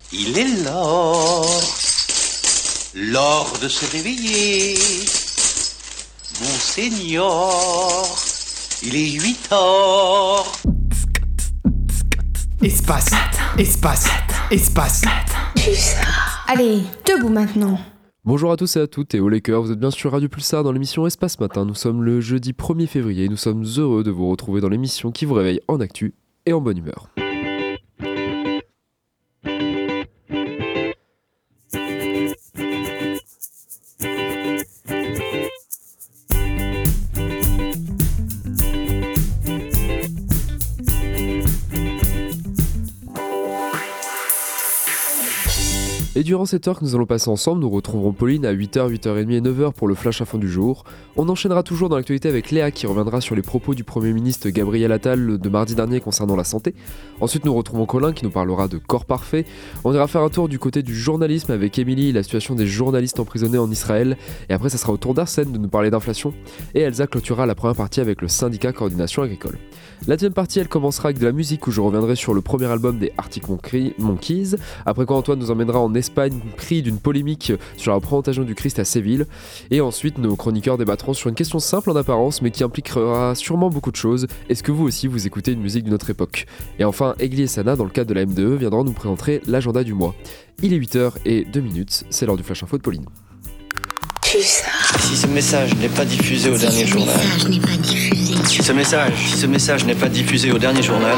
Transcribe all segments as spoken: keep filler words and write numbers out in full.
Il est l'heure, l'heure de se réveiller. Monseigneur, il est huit heures. Espace, espace, espace. Allez, debout maintenant. Bonjour à tous et à toutes, et au les cœurs, vous êtes bien sur Radio Pulsar dans l'émission Espace Matin. Nous sommes le jeudi premier février et nous sommes heureux de vous retrouver dans l'émission qui vous réveille en actu et en bonne humeur. Et durant cette heure que nous allons passer ensemble, nous retrouverons Pauline à huit heures, huit heures trente et neuf heures pour le Flash Info du jour. On enchaînera toujours dans l'actualité avec Léa qui reviendra sur les propos du Premier ministre Gabriel Attal de mardi dernier concernant la santé. Ensuite nous retrouvons Colin qui nous parlera de corps parfait. On ira faire un tour du côté du journalisme avec Émilie, la situation des journalistes emprisonnés en Israël. Et après ça sera au tour d'Arsène de nous parler d'inflation. Et Elsa clôturera la première partie avec le syndicat Coordination Agricole. La deuxième partie elle commencera avec de la musique où je reviendrai sur le premier album des Arctic Monkeys. Après quoi Antoine nous emmènera en Espagne, pris d'une polémique sur la représentation du Christ à Séville. Et ensuite, nos chroniqueurs débattront sur une question simple en apparence, mais qui impliquera sûrement beaucoup de choses. Est-ce que vous aussi, vous écoutez une musique de notre époque ? Et enfin, Egli et Sana, dans le cadre de la M D E, viendront nous présenter l'agenda du mois. Il est huit heures deux, c'est l'heure du Flash Info de Pauline. Si ce message n'est pas diffusé au si dernier journal... Si ce message, si ce message n'est pas diffusé au dernier journal...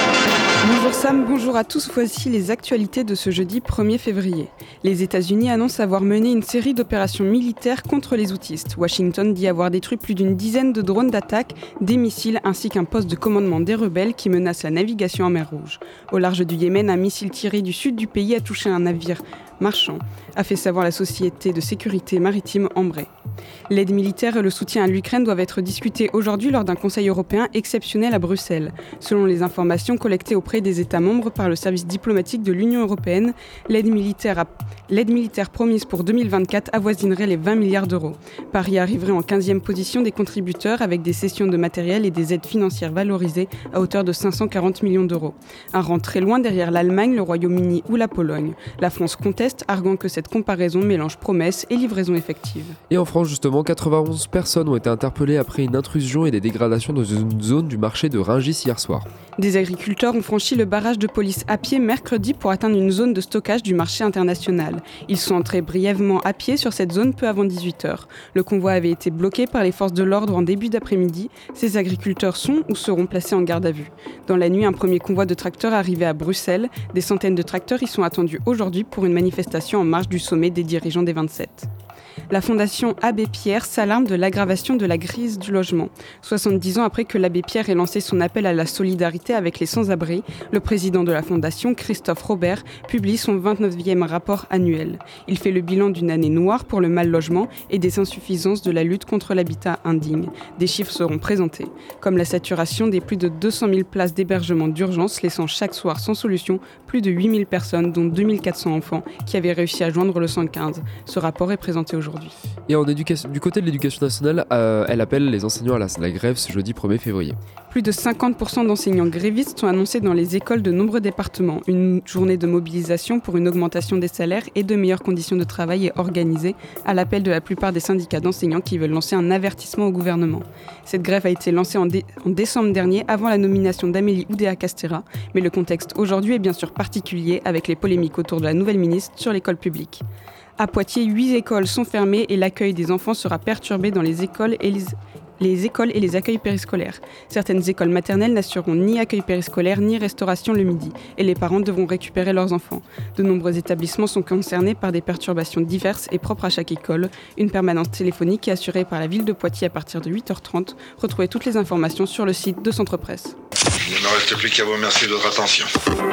Bonjour Sam, bonjour à tous, voici les actualités de ce jeudi premier février. Les États-Unis annoncent avoir mené une série d'opérations militaires contre les houthistes. Washington dit avoir détruit plus d'une dizaine de drones d'attaque, des missiles ainsi qu'un poste de commandement des rebelles qui menace la navigation en mer Rouge. Au large du Yémen, un missile tiré du sud du pays a touché un navire marchand, a fait savoir la société de sécurité maritime Embraer. L'aide militaire et le soutien à l'Ukraine doivent être discutés aujourd'hui lors d'un Conseil européen exceptionnel à Bruxelles. Selon les informations collectées auprès des États membres par le service diplomatique de l'Union européenne, l'aide militaire, à... l'aide militaire promise pour deux mille vingt-quatre avoisinerait les vingt milliards d'euros. Paris arriverait en quinzième position des contributeurs avec des cessions de matériel et des aides financières valorisées à hauteur de cinq cent quarante millions d'euros. Un rang très loin derrière l'Allemagne, le Royaume-Uni ou la Pologne. La France conteste, arguant que cette comparaison mélange promesses et livraison effective. Et en France, justement, quatre-vingt-onze personnes ont été interpellées après une intrusion et des dégradations dans une zone du marché de Rungis hier soir. Des agriculteurs ont franchi le barrage de police à pied mercredi pour atteindre une zone de stockage du marché international. Ils sont entrés brièvement à pied sur cette zone peu avant dix-huit heures. Le convoi avait été bloqué par les forces de l'ordre en début d'après-midi. Ces agriculteurs sont ou seront placés en garde à vue. Dans la nuit, un premier convoi de tracteurs arrivait à Bruxelles. Des centaines de tracteurs y sont attendus aujourd'hui pour une manifestation en marge du sommet des dirigeants des vingt-sept. La fondation Abbé Pierre s'alarme de l'aggravation de la crise du logement. soixante-dix ans après que l'Abbé Pierre ait lancé son appel à la solidarité avec les sans-abri, le président de la fondation, Christophe Robert, publie son vingt-neuvième rapport annuel. Il fait le bilan d'une année noire pour le mal-logement et des insuffisances de la lutte contre l'habitat indigne. Des chiffres seront présentés, comme la saturation des plus de deux cent mille places d'hébergement d'urgence, laissant chaque soir sans solution plus de huit mille personnes, dont deux mille quatre cents enfants, qui avaient réussi à joindre le cent quinze. Ce rapport est présenté aujourd'hui. Et en éducation, du côté de l'éducation nationale, euh, elle appelle les enseignants à la, la grève ce jeudi premier février. Plus de cinquante pour cent d'enseignants grévistes sont annoncés dans les écoles de nombreux départements. Une journée de mobilisation pour une augmentation des salaires et de meilleures conditions de travail est organisée à l'appel de la plupart des syndicats d'enseignants qui veulent lancer un avertissement au gouvernement. Cette grève a été lancée en, dé- en décembre dernier avant la nomination d'Amélie Oudéa-Castéra, mais le contexte aujourd'hui est bien sûr particulier avec les polémiques autour de la nouvelle ministre sur l'école publique. À Poitiers, huit écoles sont fermées et l'accueil des enfants sera perturbé dans les écoles et les, les écoles et les accueils périscolaires. Certaines écoles maternelles n'assureront ni accueil périscolaire ni restauration le midi et les parents devront récupérer leurs enfants. De nombreux établissements sont concernés par des perturbations diverses et propres à chaque école. Une permanence téléphonique est assurée par la ville de Poitiers à partir de huit heures trente. Retrouvez toutes les informations sur le site de Centre Presse. Il ne me reste plus qu'à vous remercier de votre attention.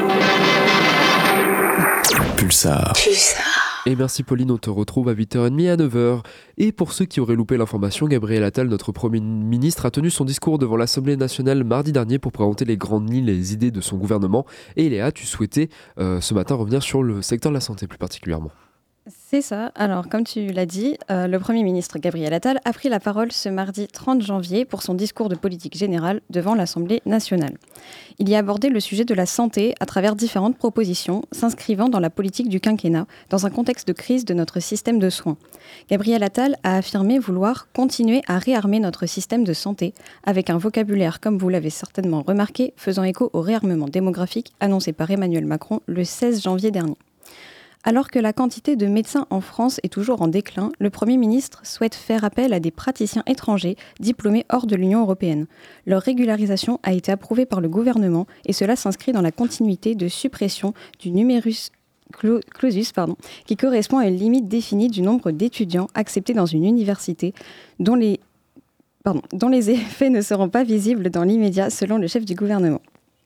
Pulsar. Pulsar. Et merci Pauline, on te retrouve à huit heures trente et à neuf heures. Et pour ceux qui auraient loupé l'information, Gabriel Attal, notre Premier ministre, a tenu son discours devant l'Assemblée nationale mardi dernier pour présenter les grandes lignes, les idées de son gouvernement. Et Léa, tu souhaitais euh, ce matin revenir sur le secteur de la santé plus particulièrement. C'est ça. Alors, comme tu l'as dit, euh, le Premier ministre Gabriel Attal a pris la parole ce mardi trente janvier pour son discours de politique générale devant l'Assemblée nationale. Il y a abordé le sujet de la santé à travers différentes propositions s'inscrivant dans la politique du quinquennat, dans un contexte de crise de notre système de soins. Gabriel Attal a affirmé vouloir continuer à réarmer notre système de santé avec un vocabulaire, comme vous l'avez certainement remarqué, faisant écho au réarmement démographique annoncé par Emmanuel Macron le seize janvier dernier. Alors que la quantité de médecins en France est toujours en déclin, le Premier ministre souhaite faire appel à des praticiens étrangers diplômés hors de l'Union européenne. Leur régularisation a été approuvée par le gouvernement et cela s'inscrit dans la continuité de suppression du numerus clausus, pardon, qui correspond à une limite définie du nombre d'étudiants acceptés dans une université dont les, pardon, dont les effets ne seront pas visibles dans l'immédiat selon le chef du gouvernement.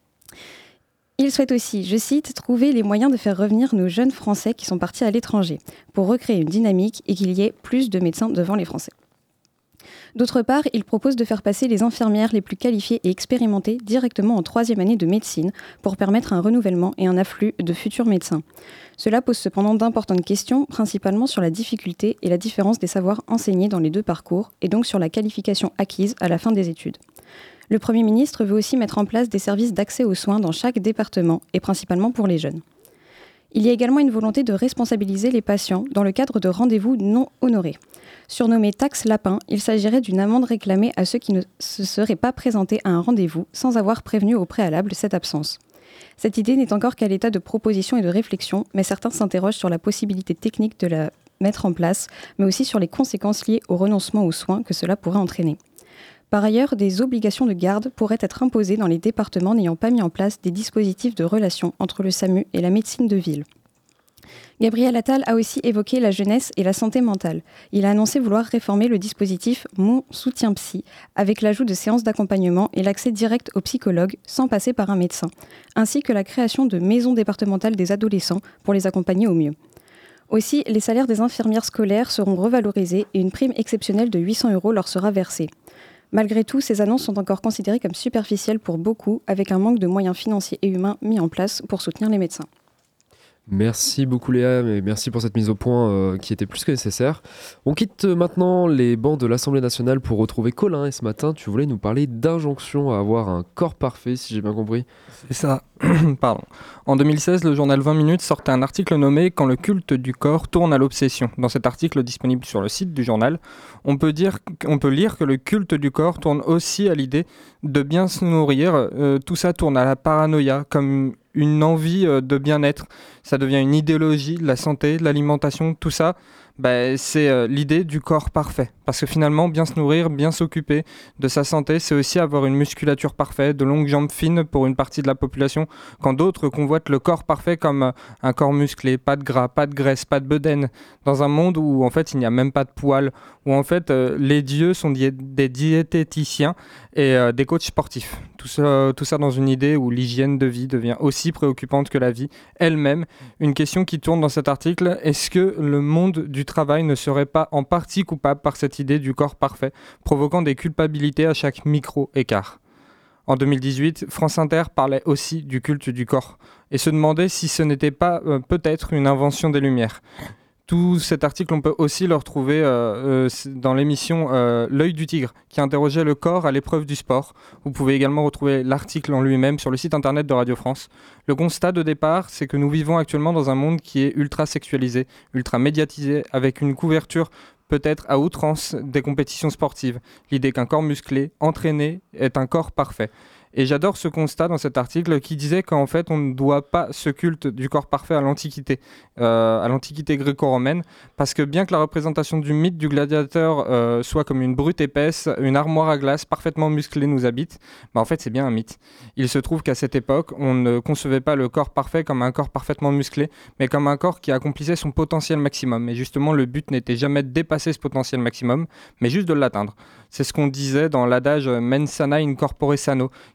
Il souhaite aussi, je cite, « trouver les moyens de faire revenir nos jeunes Français qui sont partis à l'étranger pour recréer une dynamique et qu'il y ait plus de médecins devant les Français ». D'autre part, il propose de faire passer les infirmières les plus qualifiées et expérimentées directement en troisième année de médecine pour permettre un renouvellement et un afflux de futurs médecins. Cela pose cependant d'importantes questions, principalement sur la difficulté et la différence des savoirs enseignés dans les deux parcours et donc sur la qualification acquise à la fin des études. Le Premier ministre veut aussi mettre en place des services d'accès aux soins dans chaque département et principalement pour les jeunes. Il y a également une volonté de responsabiliser les patients dans le cadre de rendez-vous non honorés. Surnommée taxe lapin, il s'agirait d'une amende réclamée à ceux qui ne se seraient pas présentés à un rendez-vous sans avoir prévenu au préalable cette absence. Cette idée n'est encore qu'à l'état de proposition et de réflexion, mais certains s'interrogent sur la possibilité technique de la mettre en place, mais aussi sur les conséquences liées au renoncement aux soins que cela pourrait entraîner. Par ailleurs, des obligations de garde pourraient être imposées dans les départements n'ayant pas mis en place des dispositifs de relation entre le SAMU et la médecine de ville. Gabriel Attal a aussi évoqué la jeunesse et la santé mentale. Il a annoncé vouloir réformer le dispositif Mon soutien psy, avec l'ajout de séances d'accompagnement et l'accès direct aux psychologues sans passer par un médecin, ainsi que la création de maisons départementales des adolescents pour les accompagner au mieux. Aussi, les salaires des infirmières scolaires seront revalorisés et une prime exceptionnelle de huit cents euros leur sera versée. Malgré tout, ces annonces sont encore considérées comme superficielles pour beaucoup, avec un manque de moyens financiers et humains mis en place pour soutenir les médecins. Merci beaucoup Léa, et merci pour cette mise au point euh, qui était plus que nécessaire. On quitte maintenant les bancs de l'Assemblée nationale pour retrouver Colin, et ce matin tu voulais nous parler d'injonction à avoir un corps parfait, si j'ai bien compris. C'est ça, pardon. En deux mille seize, le journal vingt minutes sortait un article nommé « Quand le culte du corps tourne à l'obsession ». Dans cet article disponible sur le site du journal, on peut, dire, on peut lire que le culte du corps tourne aussi à l'idée de bien se nourrir. Euh, tout ça tourne à la paranoïa, comme une envie euh, de bien-être. Ça devient une idéologie de la santé, de l'alimentation, tout ça. Bah, c'est euh, l'idée du corps parfait. Parce que finalement, bien se nourrir, bien s'occuper de sa santé, c'est aussi avoir une musculature parfaite, de longues jambes fines pour une partie de la population, quand d'autres convoitent le corps parfait comme euh, un corps musclé, pas de gras, pas de graisse, pas de bedaine, dans un monde où en fait il n'y a même pas de poils, où en fait euh, les dieux sont di- des diététiciens et euh, des coachs sportifs. Tout ça, tout ça dans une idée où l'hygiène de vie devient aussi préoccupante que la vie elle-même. Une question qui tourne dans cet article, est-ce que le monde du travail ne serait pas en partie coupable par cette idée du corps parfait, provoquant des culpabilités à chaque micro-écart? En deux mille dix-huit, France Inter parlait aussi du culte du corps et se demandait si ce n'était pas euh, peut-être une invention des Lumières. Tout cet article, on peut aussi le retrouver euh, euh, dans l'émission euh, L'œil du tigre, qui interrogeait le corps à l'épreuve du sport. Vous pouvez également retrouver l'article en lui-même sur le site internet de Radio France. Le constat de départ, c'est que nous vivons actuellement dans un monde qui est ultra sexualisé, ultra médiatisé, avec une couverture peut-être à outrance des compétitions sportives. L'idée qu'un corps musclé, entraîné, est un corps parfait. Et j'adore ce constat dans cet article qui disait qu'en fait, on ne doit pas ce culte du corps parfait à l'Antiquité, euh, à l'Antiquité gréco-romaine, parce que bien que la représentation du mythe du gladiateur euh, soit comme une brute épaisse, une armoire à glace parfaitement musclée nous habite, bah en fait, c'est bien un mythe. Il se trouve qu'à cette époque, on ne concevait pas le corps parfait comme un corps parfaitement musclé, mais comme un corps qui accomplissait son potentiel maximum. Et justement, le but n'était jamais de dépasser ce potentiel maximum, mais juste de l'atteindre. C'est ce qu'on disait dans l'adage « mens sana in corpore sano »,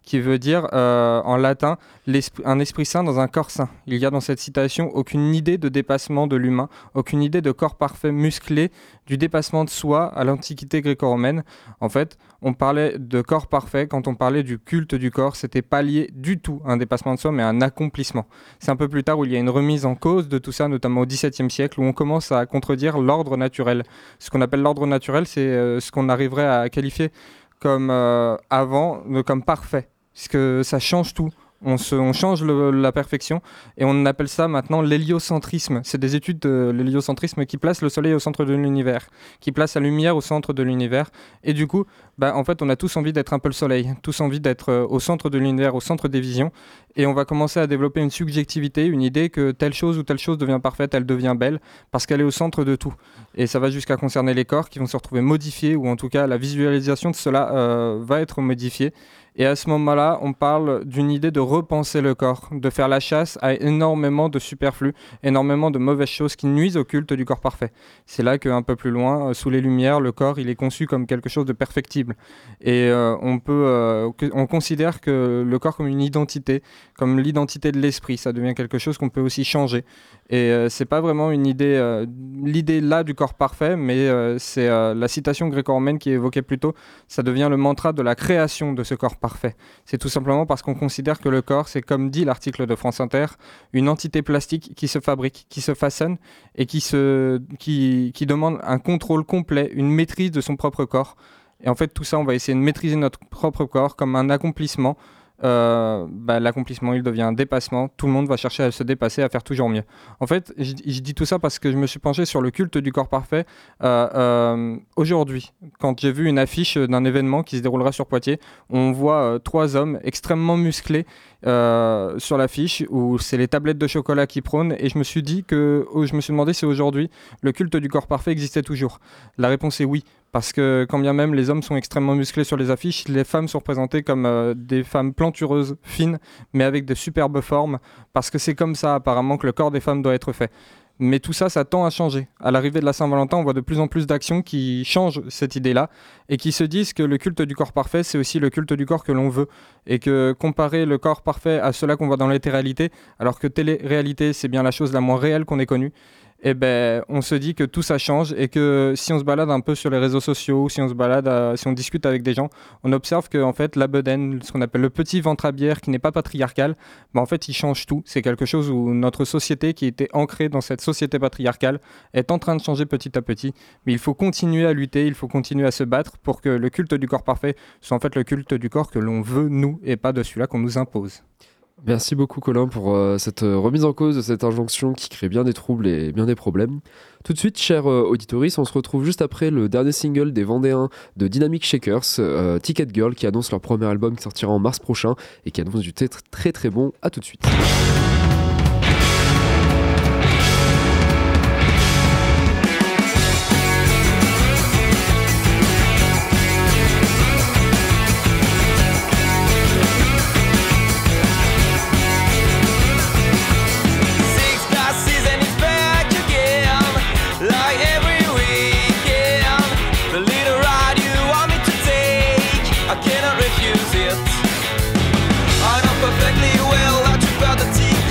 qui veut dire euh, en latin un esprit saint dans un corps sain. Il y a dans cette citation aucune idée de dépassement de l'humain, aucune idée de corps parfait musclé, du dépassement de soi à l'Antiquité gréco-romaine. En fait, on parlait de corps parfait quand on parlait du culte du corps, c'était pas lié du tout à un dépassement de soi, mais à un accomplissement. C'est un peu plus tard où il y a une remise en cause de tout ça, notamment au dix-septième siècle, où on commence à contredire l'ordre naturel. Ce qu'on appelle l'ordre naturel, c'est euh, ce qu'on arriverait à qualifier comme euh, avant, euh, comme parfait, puisque ça change tout. On, se, on change le, la perfection et on appelle ça maintenant l'héliocentrisme. C'est des études de l'héliocentrisme qui placent le soleil au centre de l'univers, qui placent la lumière au centre de l'univers. Et du coup, bah, en fait, on a tous envie d'être un peu le soleil, tous envie d'être euh, au centre de l'univers, au centre des visions. Et on va commencer à développer une subjectivité, une idée que telle chose ou telle chose devient parfaite, elle devient belle, parce qu'elle est au centre de tout. Et ça va jusqu'à concerner les corps qui vont se retrouver modifiés, ou en tout cas la visualisation de cela euh, va être modifiée. Et à ce moment-là, on parle d'une idée de repenser le corps, de faire la chasse à énormément de superflu, énormément de mauvaises choses qui nuisent au culte du corps parfait. C'est là qu'un peu plus loin, sous les Lumières, le corps il est conçu comme quelque chose de perfectible. Et euh, on, peut, euh, on considère que le corps comme une identité, comme l'identité de l'esprit, ça devient quelque chose qu'on peut aussi changer. Et euh, c'est pas vraiment une idée, euh, l'idée là du corps parfait, mais euh, c'est euh, la citation gréco-romaine qui évoquait plus tôt, ça devient le mantra de la création de ce corps parfait. C'est tout simplement parce qu'on considère que le corps, c'est comme dit l'article de France Inter, une entité plastique qui se fabrique, qui se façonne et qui, se, qui, qui demande un contrôle complet, une maîtrise de son propre corps. Et en fait, tout ça, on va essayer de maîtriser notre propre corps comme un accomplissement. Euh, bah, l'accomplissement il devient un dépassement, tout le monde va chercher à se dépasser, à faire toujours mieux. En fait, je, je dis tout ça parce que je me suis penché sur le culte du corps parfait euh, euh, aujourd'hui, quand j'ai vu une affiche d'un événement qui se déroulera sur Poitiers, on voit euh, trois hommes extrêmement musclés euh, sur l'affiche où c'est les tablettes de chocolat qui prônent, et je me suis dit que, oh, je me suis demandé si aujourd'hui le culte du corps parfait existait toujours. La réponse est oui. Parce que quand bien même les hommes sont extrêmement musclés sur les affiches, les femmes sont représentées comme euh, des femmes plantureuses, fines, mais avec de superbes formes, parce que c'est comme ça apparemment que le corps des femmes doit être fait. Mais tout ça, ça tend à changer. À l'arrivée de la Saint-Valentin, on voit de plus en plus d'actions qui changent cette idée-là et qui se disent que le culte du corps parfait, c'est aussi le culte du corps que l'on veut. Et que comparer le corps parfait à cela qu'on voit dans la télé-réalité, alors que télé-réalité, c'est bien la chose la moins réelle qu'on ait connue, eh ben, on se dit que tout ça change et que si on se balade un peu sur les réseaux sociaux, si on se balade, à, si on discute avec des gens, on observe que en fait, la bedaine, ce qu'on appelle le petit ventre à bière qui n'est pas patriarcal, ben, en fait, il change tout. C'est quelque chose où notre société, qui était ancrée dans cette société patriarcale, est en train de changer petit à petit. Mais il faut continuer à lutter, il faut continuer à se battre pour que le culte du corps parfait soit en fait le culte du corps que l'on veut, nous, et pas de celui-là qu'on nous impose. Merci beaucoup Colin pour euh, cette euh, remise en cause de cette injonction qui crée bien des troubles et bien des problèmes. Tout de suite, chers euh, auditoris, on se retrouve juste après le dernier single des Vendéens de Dynamic Shakers, euh, Ticket Girl, qui annonce leur premier album qui sortira en mars prochain et qui annonce du titre très très bon. À tout de suite. Perfectly well that you got the ticket.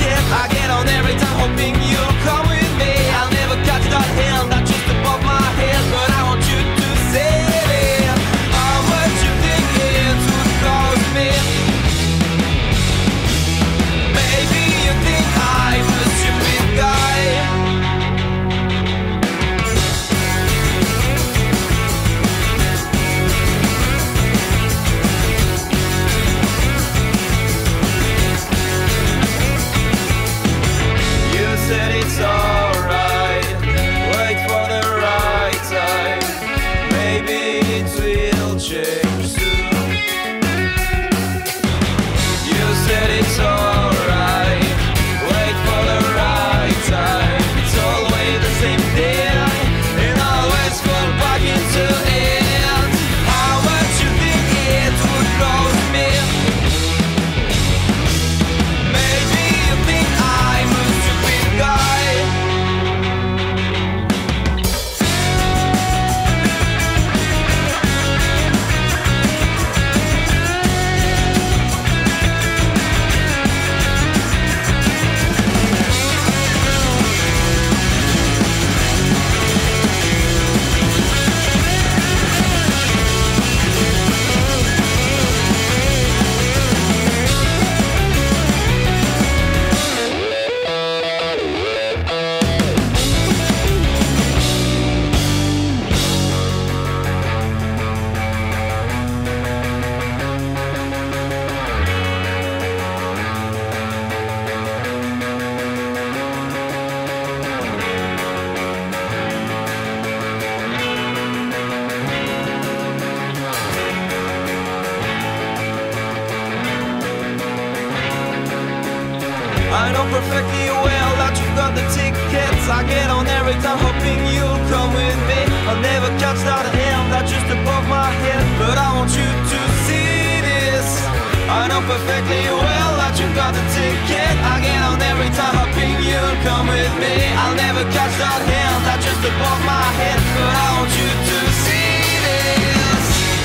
know perfectly well that you've got the tickets. I get on every time hoping you'll come with me. I'll never catch that hand that's just above my head, but I want you to see this. I know perfectly well that you've got the ticket. I get on every time hoping you'll come with me. I'll never catch that hand that's just above my head, but I want you to see this.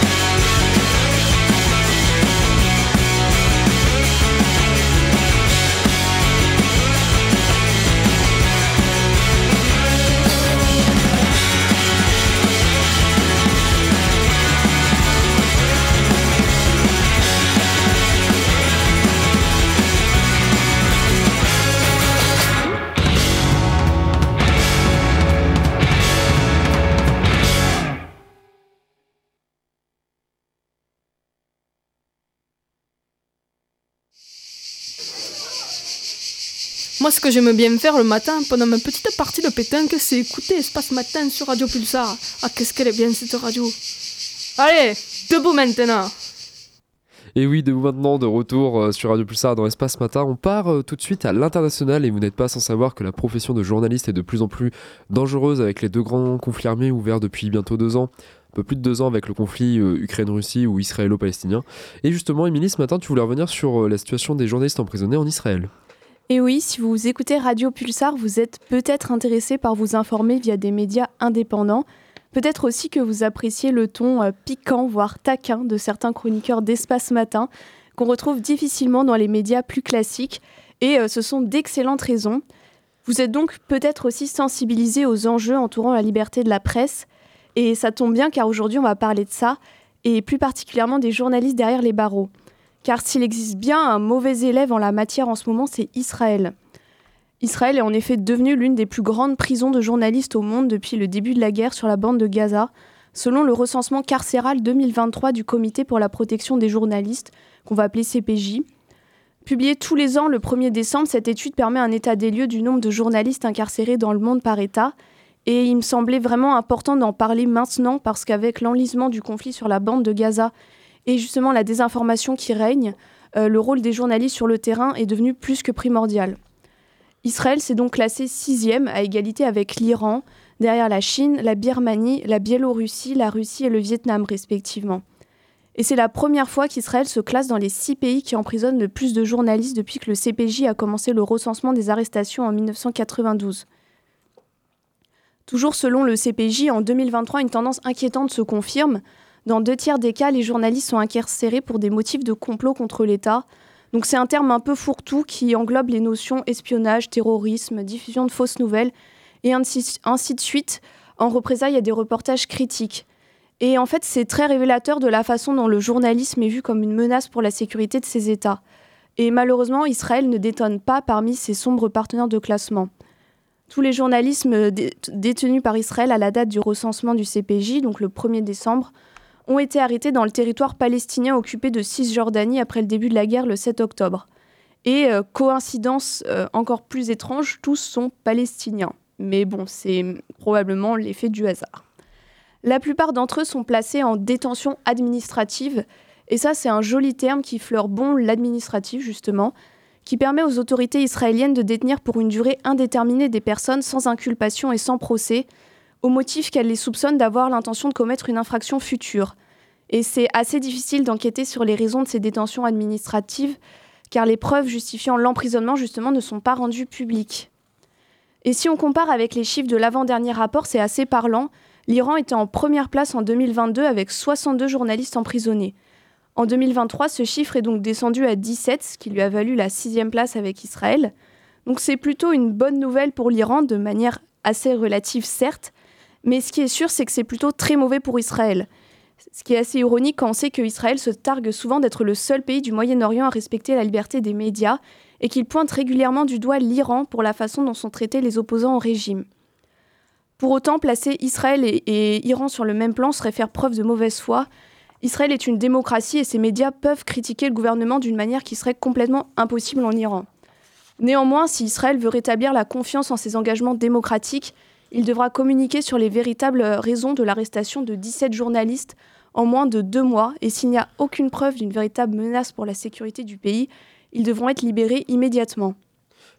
Moi, ce que j'aime bien faire le matin, pendant ma petite partie de pétanque, c'est écouter Espace Matin sur Radio Pulsar. Ah, qu'est-ce qu'elle est bien, cette radio. Allez, debout maintenant. Et oui, debout maintenant, de retour sur Radio Pulsar dans Espace Matin. On part tout de suite à l'international et vous n'êtes pas sans savoir que la profession de journaliste est de plus en plus dangereuse avec les deux grands conflits armés ouverts depuis bientôt deux ans. Un peu plus de deux ans avec le conflit euh, Ukraine-Russie ou israélo-palestinien. Et justement, Émilie, ce matin, tu voulais revenir sur euh, la situation des journalistes emprisonnés en Israël. Et oui, si vous écoutez Radio Pulsar, vous êtes peut-être intéressé par vous informer via des médias indépendants. Peut-être aussi que vous appréciez le ton euh, piquant, voire taquin de certains chroniqueurs d'Espace Matin, qu'on retrouve difficilement dans les médias plus classiques. Et euh, ce sont d'excellentes raisons. Vous êtes donc peut-être aussi sensibilisé aux enjeux entourant la liberté de la presse. Et ça tombe bien car aujourd'hui on va parler de ça, et plus particulièrement des journalistes derrière les barreaux. Car s'il existe bien un mauvais élève en la matière en ce moment, c'est Israël. Israël est en effet devenu l'une des plus grandes prisons de journalistes au monde depuis le début de la guerre sur la bande de Gaza, selon le recensement carcéral deux mille vingt-trois du Comité pour la protection des journalistes, qu'on va appeler C P J. Publiée tous les ans le premier décembre, cette étude permet un état des lieux du nombre de journalistes incarcérés dans le monde par État. Et il me semblait vraiment important d'en parler maintenant parce qu'avec l'enlisement du conflit sur la bande de Gaza et justement la désinformation qui règne, euh, le rôle des journalistes sur le terrain est devenu plus que primordial. Israël s'est donc classé sixième à égalité avec l'Iran, derrière la Chine, la Birmanie, la Biélorussie, la Russie et le Vietnam respectivement. Et c'est la première fois qu'Israël se classe dans les six pays qui emprisonnent le plus de journalistes depuis que le C P J a commencé le recensement des arrestations en dix-neuf cent quatre-vingt-douze. Toujours selon le C P J, en deux mille vingt-trois, une tendance inquiétante se confirme. Dans deux tiers des cas, les journalistes sont incarcérés pour des motifs de complot contre l'État. Donc c'est un terme un peu fourre-tout qui englobe les notions espionnage, terrorisme, diffusion de fausses nouvelles et ainsi, ainsi de suite, en représailles à des reportages critiques. Et en fait, c'est très révélateur de la façon dont le journalisme est vu comme une menace pour la sécurité de ces États. Et malheureusement, Israël ne détonne pas parmi ses sombres partenaires de classement. Tous les journalistes dé- détenus par Israël à la date du recensement du C P J, donc le premier décembre, ont été arrêtés dans le territoire palestinien occupé de Cisjordanie après le début de la guerre le sept octobre. Et euh, coïncidence euh, encore plus étrange, tous sont palestiniens. Mais bon, c'est probablement l'effet du hasard. La plupart d'entre eux sont placés en détention administrative, et ça c'est un joli terme qui fleure bon l'administratif justement, qui permet aux autorités israéliennes de détenir pour une durée indéterminée des personnes sans inculpation et sans procès, au motif qu'elles les soupçonnent d'avoir l'intention de commettre une infraction future. Et c'est assez difficile d'enquêter sur les raisons de ces détentions administratives, car les preuves justifiant l'emprisonnement, justement, ne sont pas rendues publiques. Et si on compare avec les chiffres de l'avant-dernier rapport, c'est assez parlant. L'Iran était en première place en deux mille vingt-deux avec soixante-deux journalistes emprisonnés. En deux mille vingt-trois, ce chiffre est donc descendu à dix-sept, ce qui lui a valu la sixième place avec Israël. Donc c'est plutôt une bonne nouvelle pour l'Iran, de manière assez relative certes, mais ce qui est sûr, c'est que c'est plutôt très mauvais pour Israël. Ce qui est assez ironique quand on sait qu'Israël se targue souvent d'être le seul pays du Moyen-Orient à respecter la liberté des médias et qu'il pointe régulièrement du doigt l'Iran pour la façon dont sont traités les opposants au régime. Pour autant, placer Israël et, et Iran sur le même plan serait faire preuve de mauvaise foi. Israël est une démocratie et ses médias peuvent critiquer le gouvernement d'une manière qui serait complètement impossible en Iran. Néanmoins, si Israël veut rétablir la confiance en ses engagements démocratiques, il devra communiquer sur les véritables raisons de l'arrestation de dix-sept journalistes en moins de deux mois. Et s'il n'y a aucune preuve d'une véritable menace pour la sécurité du pays, ils devront être libérés immédiatement.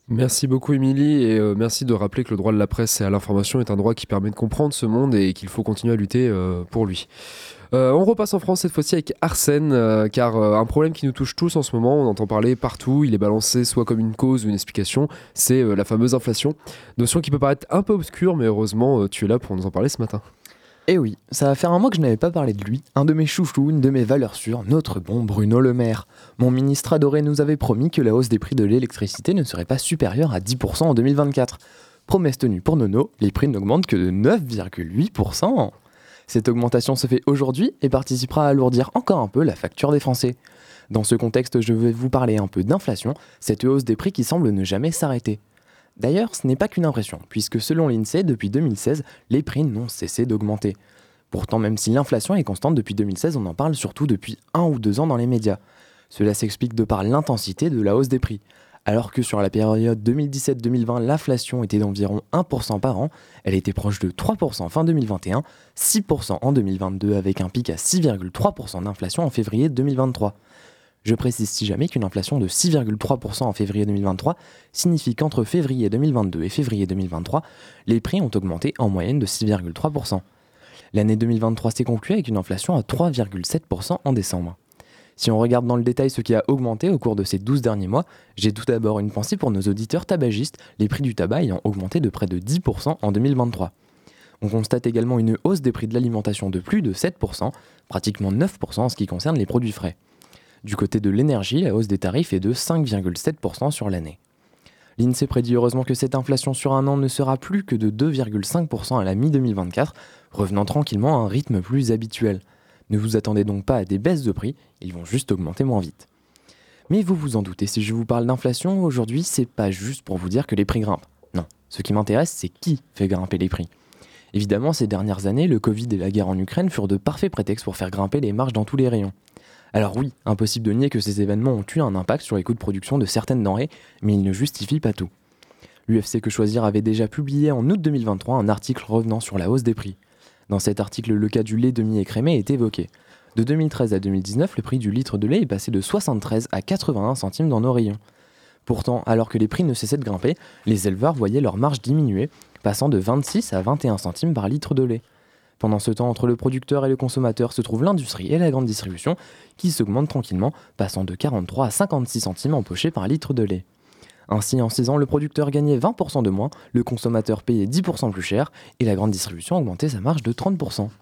Merci beaucoup Émilie et euh, merci de rappeler que le droit de la presse et à l'information est un droit qui permet de comprendre ce monde et qu'il faut continuer à lutter euh, pour lui. Euh, on repasse en France cette fois-ci avec Arsène, euh, car euh, un problème qui nous touche tous en ce moment, on entend parler partout, il est balancé soit comme une cause ou une explication, c'est euh, la fameuse inflation. Notion qui peut paraître un peu obscure, mais heureusement euh, tu es là pour nous en parler ce matin. Eh oui, ça va faire un mois que je n'avais pas parlé de lui, un de mes chouchous, une de mes valeurs sûres, notre bon Bruno Le Maire. Mon ministre adoré nous avait promis que la hausse des prix de l'électricité ne serait pas supérieure à dix pour cent en deux mille vingt-quatre. Promesse tenue pour Nono, les prix n'augmentent que de neuf virgule huit pour cent. Cette augmentation se fait aujourd'hui et participera à alourdir encore un peu la facture des Français. Dans ce contexte, je vais vous parler un peu d'inflation, cette hausse des prix qui semble ne jamais s'arrêter. D'ailleurs, ce n'est pas qu'une impression, puisque selon l'INSEE, depuis deux mille seize, les prix n'ont cessé d'augmenter. Pourtant, même si l'inflation est constante depuis deux mille seize, on en parle surtout depuis un ou deux ans dans les médias. Cela s'explique de par l'intensité de la hausse des prix. Alors que sur la période deux mille dix-sept deux mille vingt, l'inflation était d'environ un pour cent par an, elle était proche de trois pour cent fin deux mille vingt et un, six pour cent en deux mille vingt-deux avec un pic à six virgule trois pour cent d'inflation en février deux mille vingt-trois. Je précise si jamais qu'une inflation de six virgule trois pour cent en février deux mille vingt-trois signifie qu'entre février deux mille vingt-deux et février deux mille vingt-trois, les prix ont augmenté en moyenne de six virgule trois pour cent. L'année deux mille vingt-trois s'est conclue avec une inflation à trois virgule sept pour cent en décembre. Si on regarde dans le détail ce qui a augmenté au cours de ces douze derniers mois, j'ai tout d'abord une pensée pour nos auditeurs tabagistes, les prix du tabac ayant augmenté de près de dix pour cent en deux mille vingt-trois. On constate également une hausse des prix de l'alimentation de plus de sept pour cent, pratiquement neuf pour cent en ce qui concerne les produits frais. Du côté de l'énergie, la hausse des tarifs est de cinq virgule sept pour cent sur l'année. L'INSEE prédit heureusement que cette inflation sur un an ne sera plus que de deux virgule cinq pour cent à la mi-deux mille vingt-quatre, revenant tranquillement à un rythme plus habituel. Ne vous attendez donc pas à des baisses de prix, ils vont juste augmenter moins vite. Mais vous vous en doutez, si je vous parle d'inflation aujourd'hui, c'est pas juste pour vous dire que les prix grimpent. Non, ce qui m'intéresse, c'est qui fait grimper les prix. Évidemment, ces dernières années, le Covid et la guerre en Ukraine furent de parfaits prétextes pour faire grimper les marges dans tous les rayons. Alors oui, impossible de nier que ces événements ont eu un impact sur les coûts de production de certaines denrées, mais ils ne justifient pas tout. L'U F C Que Choisir avait déjà publié en août deux mille vingt-trois un article revenant sur la hausse des prix. Dans cet article, le cas du lait demi-écrémé est évoqué. De deux mille treize à deux mille dix-neuf, le prix du litre de lait est passé de soixante-treize à quatre-vingt-un centimes dans nos rayons. Pourtant, alors que les prix ne cessaient de grimper, les éleveurs voyaient leur marge diminuer, passant de vingt-six à vingt et un centimes par litre de lait. Pendant ce temps, entre le producteur et le consommateur se trouve l'industrie et la grande distribution, qui s'augmentent tranquillement, passant de quarante-trois à cinquante-six centimes empochés par litre de lait. Ainsi, en six ans, le producteur gagnait vingt pour cent de moins, le consommateur payait dix pour cent plus cher, et la grande distribution augmentait sa marge de trente pour cent.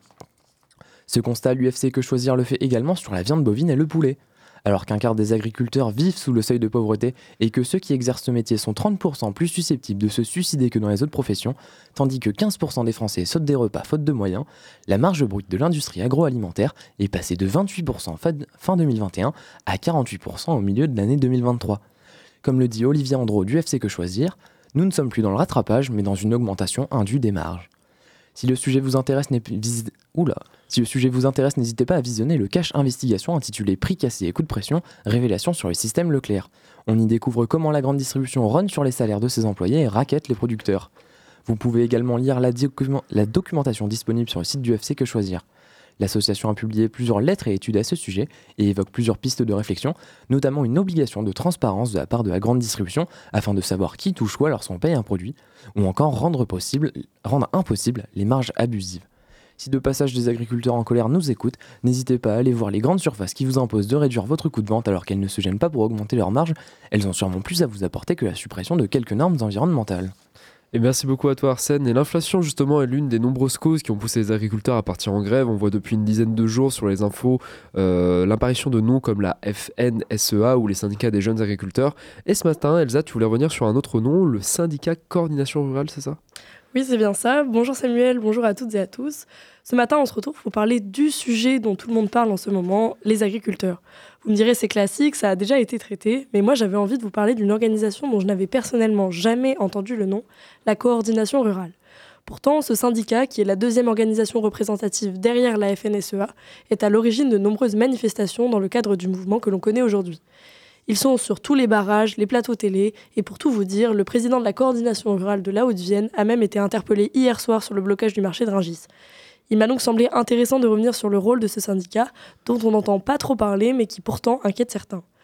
Ce constat, l'U F C Que Choisir le fait également sur la viande bovine et le poulet. Alors qu'un quart des agriculteurs vivent sous le seuil de pauvreté et que ceux qui exercent ce métier sont trente pour cent plus susceptibles de se suicider que dans les autres professions, tandis que quinze pour cent des Français sautent des repas faute de moyens, la marge brute de l'industrie agroalimentaire est passée de vingt-huit pour cent fin deux mille vingt et un à quarante-huit pour cent au milieu de l'année deux mille vingt-trois. Comme le dit Olivier Andro du F C Que Choisir, nous ne sommes plus dans le rattrapage mais dans une augmentation indue des marges. Si le sujet vous intéresse, vis... Oula. Si le sujet vous intéresse, n'hésitez pas à visionner le cache investigation intitulé Prix cassés et coups de pression, révélation sur le système Leclerc. On y découvre comment la grande distribution run sur les salaires de ses employés et raquette les producteurs. Vous pouvez également lire la, docu- la documentation disponible sur le site du F C Que Choisir. L'association a publié plusieurs lettres et études à ce sujet et évoque plusieurs pistes de réflexion, notamment une obligation de transparence de la part de la grande distribution afin de savoir qui touche quoi lorsqu'on paye un produit, ou encore rendre, possible, rendre impossible les marges abusives. Si de passage des agriculteurs en colère nous écoutent, n'hésitez pas à aller voir les grandes surfaces qui vous imposent de réduire votre coût de vente alors qu'elles ne se gênent pas pour augmenter leurs marges, elles ont sûrement plus à vous apporter que la suppression de quelques normes environnementales. Et merci beaucoup à toi Arsène. Et l'inflation justement est l'une des nombreuses causes qui ont poussé les agriculteurs à partir en grève. On voit depuis une dizaine de jours sur les infos euh, l'apparition de noms comme la F N S E A ou les syndicats des jeunes agriculteurs. Et ce matin, Elsa, tu voulais revenir sur un autre nom, le syndicat Coordination Rurale, c'est ça ? Oui, c'est bien ça. Bonjour Samuel, bonjour à toutes et à tous. Ce matin, on se retrouve pour parler du sujet dont tout le monde parle en ce moment, les agriculteurs. Vous me direz, c'est classique, ça a déjà été traité, mais moi j'avais envie de vous parler d'une organisation dont je n'avais personnellement jamais entendu le nom, la Coordination Rurale. Pourtant, ce syndicat, qui est la deuxième organisation représentative derrière la F N S E A, est à l'origine de nombreuses manifestations dans le cadre du mouvement que l'on connaît aujourd'hui. Ils sont sur tous les barrages, les plateaux télé, et pour tout vous dire, le président de la coordination rurale de la Haute-Vienne a même été interpellé hier soir sur le blocage du marché de Rungis. Il m'a donc semblé intéressant de revenir sur le rôle de ce syndicat, dont on n'entend pas trop parler, mais qui pourtant inquiète certains.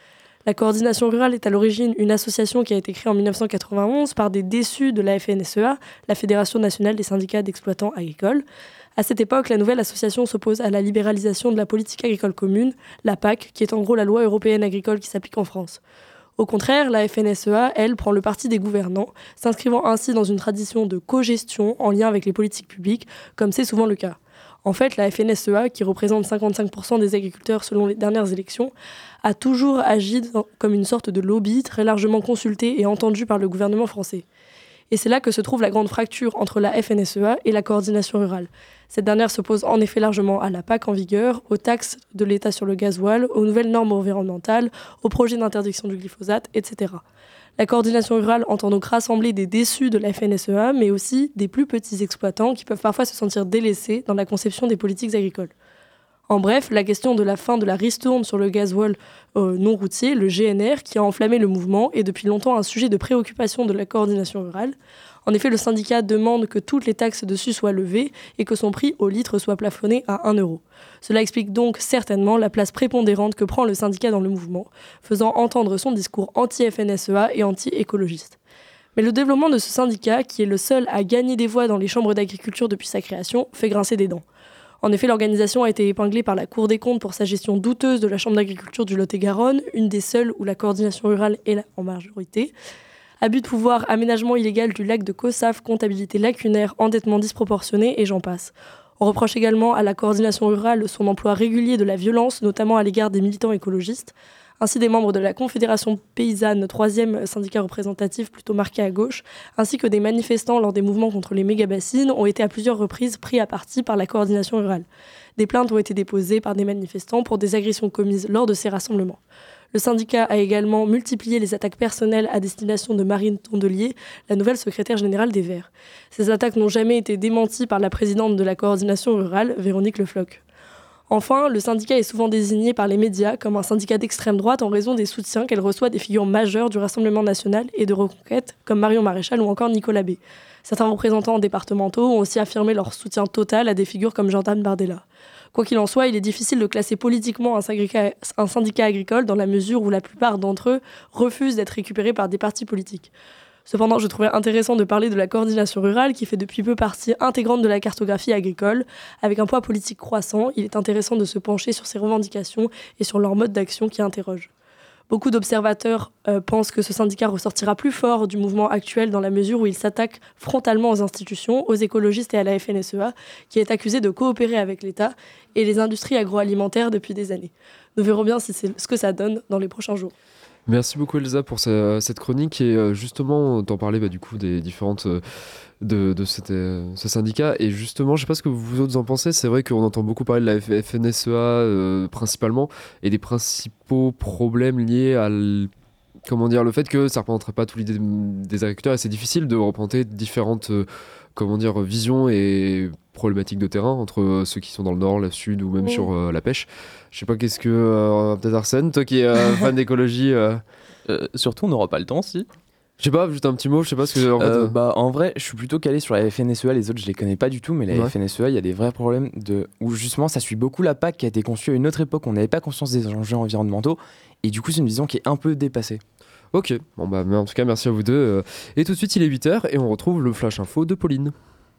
La coordination rurale est à l'origine une association qui a été créée en dix-neuf cent quatre-vingt-onze par des déçus de la F N S E A, la Fédération nationale des syndicats d'exploitants agricoles. À cette époque, la nouvelle association s'oppose à la libéralisation de la politique agricole commune, la P A C, qui est en gros la loi européenne agricole qui s'applique en France. Au contraire, la F N S E A, elle, prend le parti des gouvernants, s'inscrivant ainsi dans une tradition de co-gestion en lien avec les politiques publiques, comme c'est souvent le cas. En fait, la F N S E A, qui représente cinquante-cinq pour cent des agriculteurs selon les dernières élections, a toujours agi comme une sorte de lobby très largement consulté et entendu par le gouvernement français. Et c'est là que se trouve la grande fracture entre la F N S E A et la coordination rurale. Cette dernière s'oppose en effet largement à la P A C en vigueur, aux taxes de l'État sur le gasoil, aux nouvelles normes environnementales, aux projets d'interdiction du glyphosate, et cetera. La coordination rurale entend donc rassembler des déçus de la F N S E A, mais aussi des plus petits exploitants qui peuvent parfois se sentir délaissés dans la conception des politiques agricoles. En bref, la question de la fin de la ristourne sur le gasoil euh, non routier, le G N R, qui a enflammé le mouvement, est depuis longtemps un sujet de préoccupation de la coordination rurale. En effet, le syndicat demande que toutes les taxes dessus soient levées et que son prix au litre soit plafonné à un euro. Cela explique donc certainement la place prépondérante que prend le syndicat dans le mouvement, faisant entendre son discours anti-F N S E A et anti-écologiste. Mais le développement de ce syndicat, qui est le seul à gagner des voix dans les chambres d'agriculture depuis sa création, fait grincer des dents. En effet, l'organisation a été épinglée par la Cour des comptes pour sa gestion douteuse de la Chambre d'agriculture du Lot-et-Garonne, une des seules où la coordination rurale est en majorité. Abus de pouvoir, aménagement illégal du lac de Kosaf, comptabilité lacunaire, endettement disproportionné et j'en passe. On reproche également à la coordination rurale son emploi régulier de la violence, notamment à l'égard des militants écologistes. Ainsi des membres de la Confédération paysanne, troisième syndicat représentatif plutôt marqué à gauche, ainsi que des manifestants lors des mouvements contre les méga-bassines ont été à plusieurs reprises pris à partie par la coordination rurale. Des plaintes ont été déposées par des manifestants pour des agressions commises lors de ces rassemblements. Le syndicat a également multiplié les attaques personnelles à destination de Marine Tondelier, la nouvelle secrétaire générale des Verts. Ces attaques n'ont jamais été démenties par la présidente de la coordination rurale, Véronique Le Floch. Enfin, le syndicat est souvent désigné par les médias comme un syndicat d'extrême droite en raison des soutiens qu'elle reçoit des figures majeures du Rassemblement national et de Reconquête, comme Marion Maréchal ou encore Nicolas B. Certains représentants départementaux ont aussi affirmé leur soutien total à des figures comme Jordan Bardella. Quoi qu'il en soit, il est difficile de classer politiquement un syndicat, un syndicat agricole dans la mesure où la plupart d'entre eux refusent d'être récupérés par des partis politiques. Cependant, je trouvais intéressant de parler de la coordination rurale qui fait depuis peu partie intégrante de la cartographie agricole. Avec un poids politique croissant, il est intéressant de se pencher sur ses revendications et sur leur mode d'action qui interroge. Beaucoup d'observateurs euh, pensent que ce syndicat ressortira plus fort du mouvement actuel dans la mesure où il s'attaque frontalement aux institutions, aux écologistes et à la F N S E A, qui est accusée de coopérer avec l'État et les industries agroalimentaires depuis des années. Nous verrons bien si c'est ce que ça donne dans les prochains jours. Merci beaucoup Elsa pour ce, cette chronique et euh, justement t'en parlais bah, du coup des différentes euh, de, de cette, euh, ce syndicat et justement je sais pas ce que vous autres en pensez, c'est vrai qu'on entend beaucoup parler de la F N S E A euh, principalement et des principaux problèmes liés à l... comment dire le fait que ça ne représenterait pas toute l'idée des agriculteurs et c'est difficile de représenter différentes euh, comment dire visions et problématiques de terrain entre ceux qui sont dans le nord, le sud ou même mmh. sur euh, la pêche. Je sais pas qu'est-ce que euh, peut-être Arsène, toi qui es euh, fan d'écologie. Euh... Euh, surtout, on n'aura pas le temps, si. Je sais pas, juste un petit mot, je sais pas ce que. En, euh, fait, bah, en vrai, je suis plutôt calé sur la F N S E A, les autres, je les connais pas du tout, mais la ouais. F N S E A, il y a des vrais problèmes de où justement ça suit beaucoup la P A C qui a été conçue à une autre époque, on n'avait pas conscience des enjeux environnementaux, et du coup, c'est une vision qui est un peu dépassée. Ok, bon bah, mais en tout cas, merci à vous deux. Et tout de suite, il est huit heures et on retrouve le Flash Info de Pauline.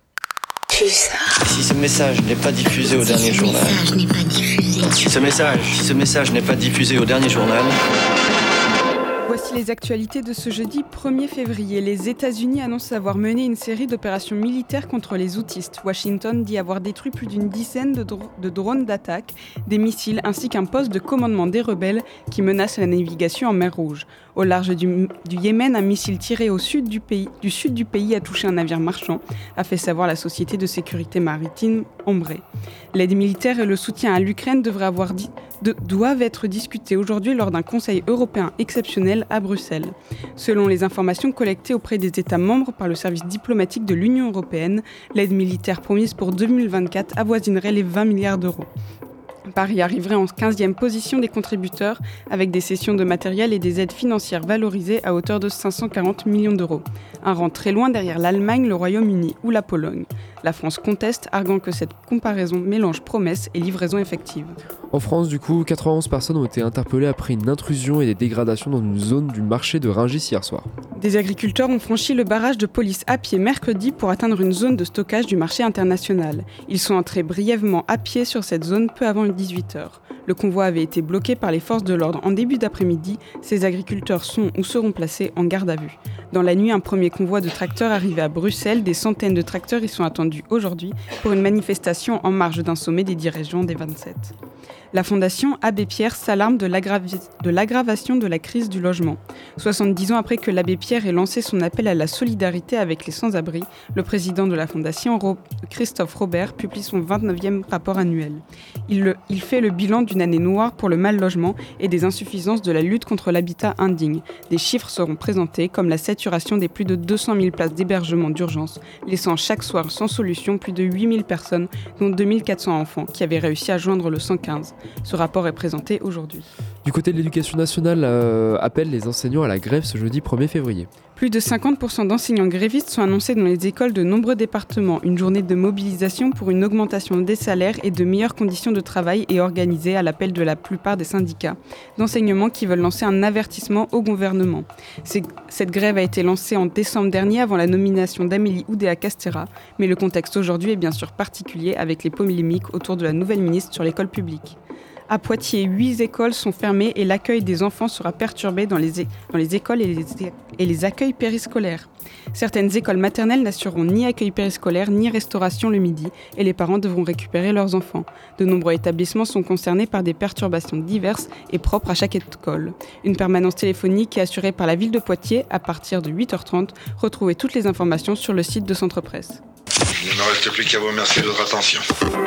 Si ce message n'est pas diffusé au dernier journal. Si ce message, si ce message n'est pas diffusé au dernier journal. Voici les actualités de ce jeudi premier février. Les États-Unis annoncent avoir mené une série d'opérations militaires contre les houthistes. Washington dit avoir détruit plus d'une dizaine de, dro- de drones d'attaque, des missiles ainsi qu'un poste de commandement des rebelles qui menace la navigation en mer Rouge. Au large du, du Yémen, un missile tiré au sud du pays, du sud du pays a touché un navire marchand, a fait savoir la société de sécurité maritime Ombré. L'aide militaire et le soutien à l'Ukraine devraient avoir dit, de, doivent être discutés aujourd'hui lors d'un Conseil européen exceptionnel à Bruxelles. Selon les informations collectées auprès des États membres par le service diplomatique de l'Union européenne, l'aide militaire promise pour deux mille vingt-quatre avoisinerait les vingt milliards d'euros. Paris arriverait en quinzième position des contributeurs avec des cessions de matériel et des aides financières valorisées à hauteur de cinq cent quarante millions d'euros. Un rang très loin derrière l'Allemagne, le Royaume-Uni ou la Pologne. La France conteste, arguant que cette comparaison mélange promesses et livraison effective. En France, du coup, quatre-vingt-onze personnes ont été interpellées après une intrusion et des dégradations dans une zone du marché de Rungis hier soir. Des agriculteurs ont franchi le barrage de police à pied mercredi pour atteindre une zone de stockage du marché international. Ils sont entrés brièvement à pied sur cette zone peu avant dix-huit heures. Le convoi avait été bloqué par les forces de l'ordre en début d'après-midi. Ces agriculteurs sont ou seront placés en garde à vue. Dans la nuit, un premier convoi de tracteurs arrivé à Bruxelles. Des centaines de tracteurs y sont attendus aujourd'hui pour une manifestation en marge d'un sommet des dirigeants des vingt-sept. La Fondation Abbé Pierre s'alarme de, l'aggravi- de l'aggravation de la crise du logement. soixante-dix ans après que l'Abbé Pierre ait lancé son appel à la solidarité avec les sans-abri, le président de la Fondation, Ro- Christophe Robert, publie son vingt-neuvième rapport annuel. Il, le, il fait le bilan d'une année noire pour le mal-logement et des insuffisances de la lutte contre l'habitat indigne. Des chiffres seront présentés comme la saturation des plus de deux cent mille places d'hébergement d'urgence, laissant chaque soir sans solution plus de huit mille personnes, dont deux mille quatre cents enfants, qui avaient réussi à joindre le cent quinze. Ce rapport est présenté aujourd'hui. Du côté de l'éducation nationale, euh, appelle les enseignants à la grève ce jeudi premier février. Plus de cinquante pour cent d'enseignants grévistes sont annoncés dans les écoles de nombreux départements. Une journée de mobilisation pour une augmentation des salaires et de meilleures conditions de travail est organisée à l'appel de la plupart des syndicats d'enseignement qui veulent lancer un avertissement au gouvernement. C'est, cette grève a été lancée en décembre dernier avant la nomination d'Amélie Oudéa-Castéra, mais le contexte aujourd'hui est bien sûr particulier avec les polémiques autour de la nouvelle ministre sur l'école publique. À Poitiers, huit écoles sont fermées et l'accueil des enfants sera perturbé dans les, é- dans les écoles et les, é- et les accueils périscolaires. Certaines écoles maternelles n'assureront ni accueil périscolaire ni restauration le midi et les parents devront récupérer leurs enfants. De nombreux établissements sont concernés par des perturbations diverses et propres à chaque école. Une permanence téléphonique est assurée par la ville de Poitiers à partir de huit heures trente. Retrouvez toutes les informations sur le site de Centre Presse. Il ne me reste plus qu'à vous remercier de votre attention.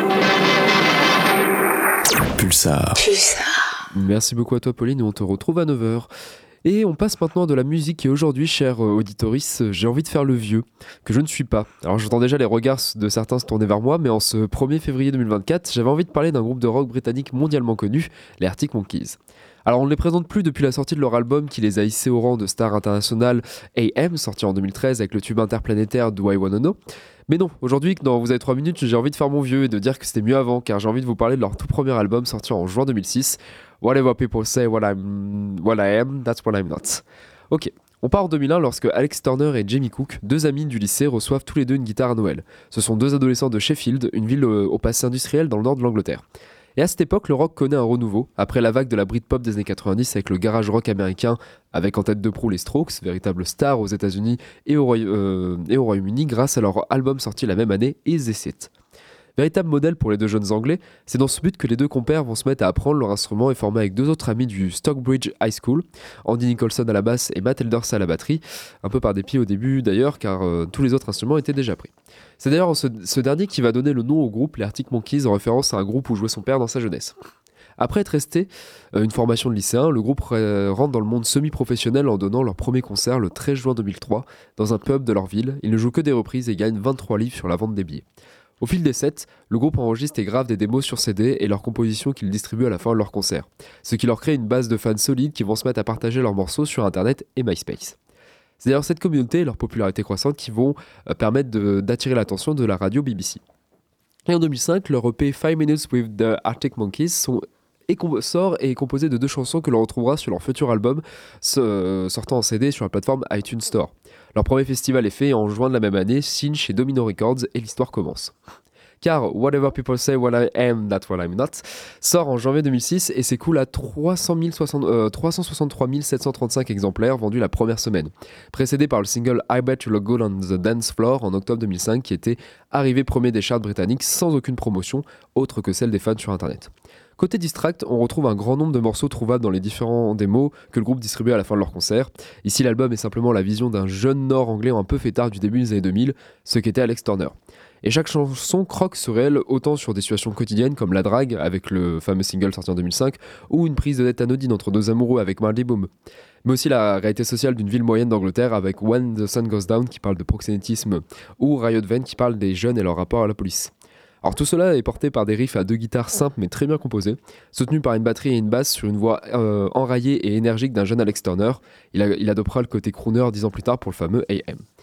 Pulsar. Pulsar. Merci beaucoup à toi Pauline et on te retrouve à neuf heures. Et on passe maintenant de la musique et aujourd'hui, cher euh, auditorice, j'ai envie de faire le vieux, que je ne suis pas. Alors j'entends déjà les regards de certains se tourner vers moi, mais en ce premier février deux mille vingt-quatre, j'avais envie de parler d'un groupe de rock britannique mondialement connu, les Arctic Monkeys. Alors on ne les présente plus depuis la sortie de leur album qui les a hissés au rang de star internationale A M, sorti en deux mille treize avec le tube interplanétaire Do I Wanna Know. Mais non, aujourd'hui, dans Vous avez trois minutes, j'ai envie de faire mon vieux et de dire que c'était mieux avant, car j'ai envie de vous parler de leur tout premier album sorti en juin deux mille six, Whatever People Say What, I'm, what I Am, That's What I'm Not. Ok, on part en deux mille un lorsque Alex Turner et Jamie Cook, deux amis du lycée, reçoivent tous les deux une guitare à Noël. Ce sont deux adolescents de Sheffield, une ville au, au passé industriel dans le nord de l'Angleterre. Et à cette époque, le rock connaît un renouveau, après la vague de la Britpop des années quatre-vingt-dix avec le garage rock américain, avec en tête de proue les Strokes, véritables stars aux États-Unis et au, Roy- euh, et au Royaume-Uni grâce à leur album sorti la même année, Is This It. Véritable modèle pour les deux jeunes anglais, c'est dans ce but que les deux compères vont se mettre à apprendre leur instrument et former avec deux autres amis du Stockbridge High School, Andy Nicholson à la basse et Matt Elders à la batterie, un peu par dépit au début d'ailleurs car euh, tous les autres instruments étaient déjà pris. C'est d'ailleurs ce, ce dernier qui va donner le nom au groupe, les Arctic Monkeys, en référence à un groupe où jouait son père dans sa jeunesse. Après être resté euh, une formation de lycéen, le groupe euh, rentre dans le monde semi-professionnel en donnant leur premier concert le treize juin deux mille trois dans un pub de leur ville. Ils ne jouent que des reprises et gagnent vingt-trois livres sur la vente des billets. Au fil des sets, le groupe enregistre et grave des démos sur C D et leurs compositions qu'ils distribuent à la fin de leur concert, ce qui leur crée une base de fans solides qui vont se mettre à partager leurs morceaux sur internet et MySpace. C'est d'ailleurs cette communauté et leur popularité croissante qui vont euh, permettre de, d'attirer l'attention de la radio B B C. Et en deux mille cinq, leur E P five minutes with the Arctic Monkeys sont et com- sort et est composé de deux chansons que l'on retrouvera sur leur futur album euh, sortant en C D sur la plateforme iTunes Store. Leur premier festival est fait en juin de la même année, signe chez Domino Records et l'histoire commence. Car Whatever People Say What I Am, That's What I'm Not sort en janvier deux mille six et s'écoule à trois cent soixante-trois mille sept cent trente-cinq exemplaires vendus la première semaine, précédé par le single I Bet You Look Good on the Dance Floor en octobre deux mille cinq qui était arrivé premier des charts britanniques sans aucune promotion autre que celle des fans sur internet. Côté Distract, on retrouve un grand nombre de morceaux trouvables dans les différents démos que le groupe distribue à la fin de leur concert. Ici, l'album est simplement la vision d'un jeune nord anglais un peu fêtard du début des années deux mille, ce qu'était Alex Turner. Et chaque chanson croque sur elle autant sur des situations quotidiennes comme la drague avec le fameux single sorti en deux mille cinq ou une prise de tête anodine entre deux amoureux avec Marley Boom, mais aussi la réalité sociale d'une ville moyenne d'Angleterre avec When the Sun Goes Down qui parle de proxénétisme ou Riot Van qui parle des jeunes et leur rapport à la police. Alors tout cela est porté par des riffs à deux guitares simples mais très bien composés, soutenus par une batterie et une basse sur une voix euh, enraillée et énergique d'un jeune Alex Turner. Il, a, il adoptera le côté crooner dix ans plus tard pour le fameux A M.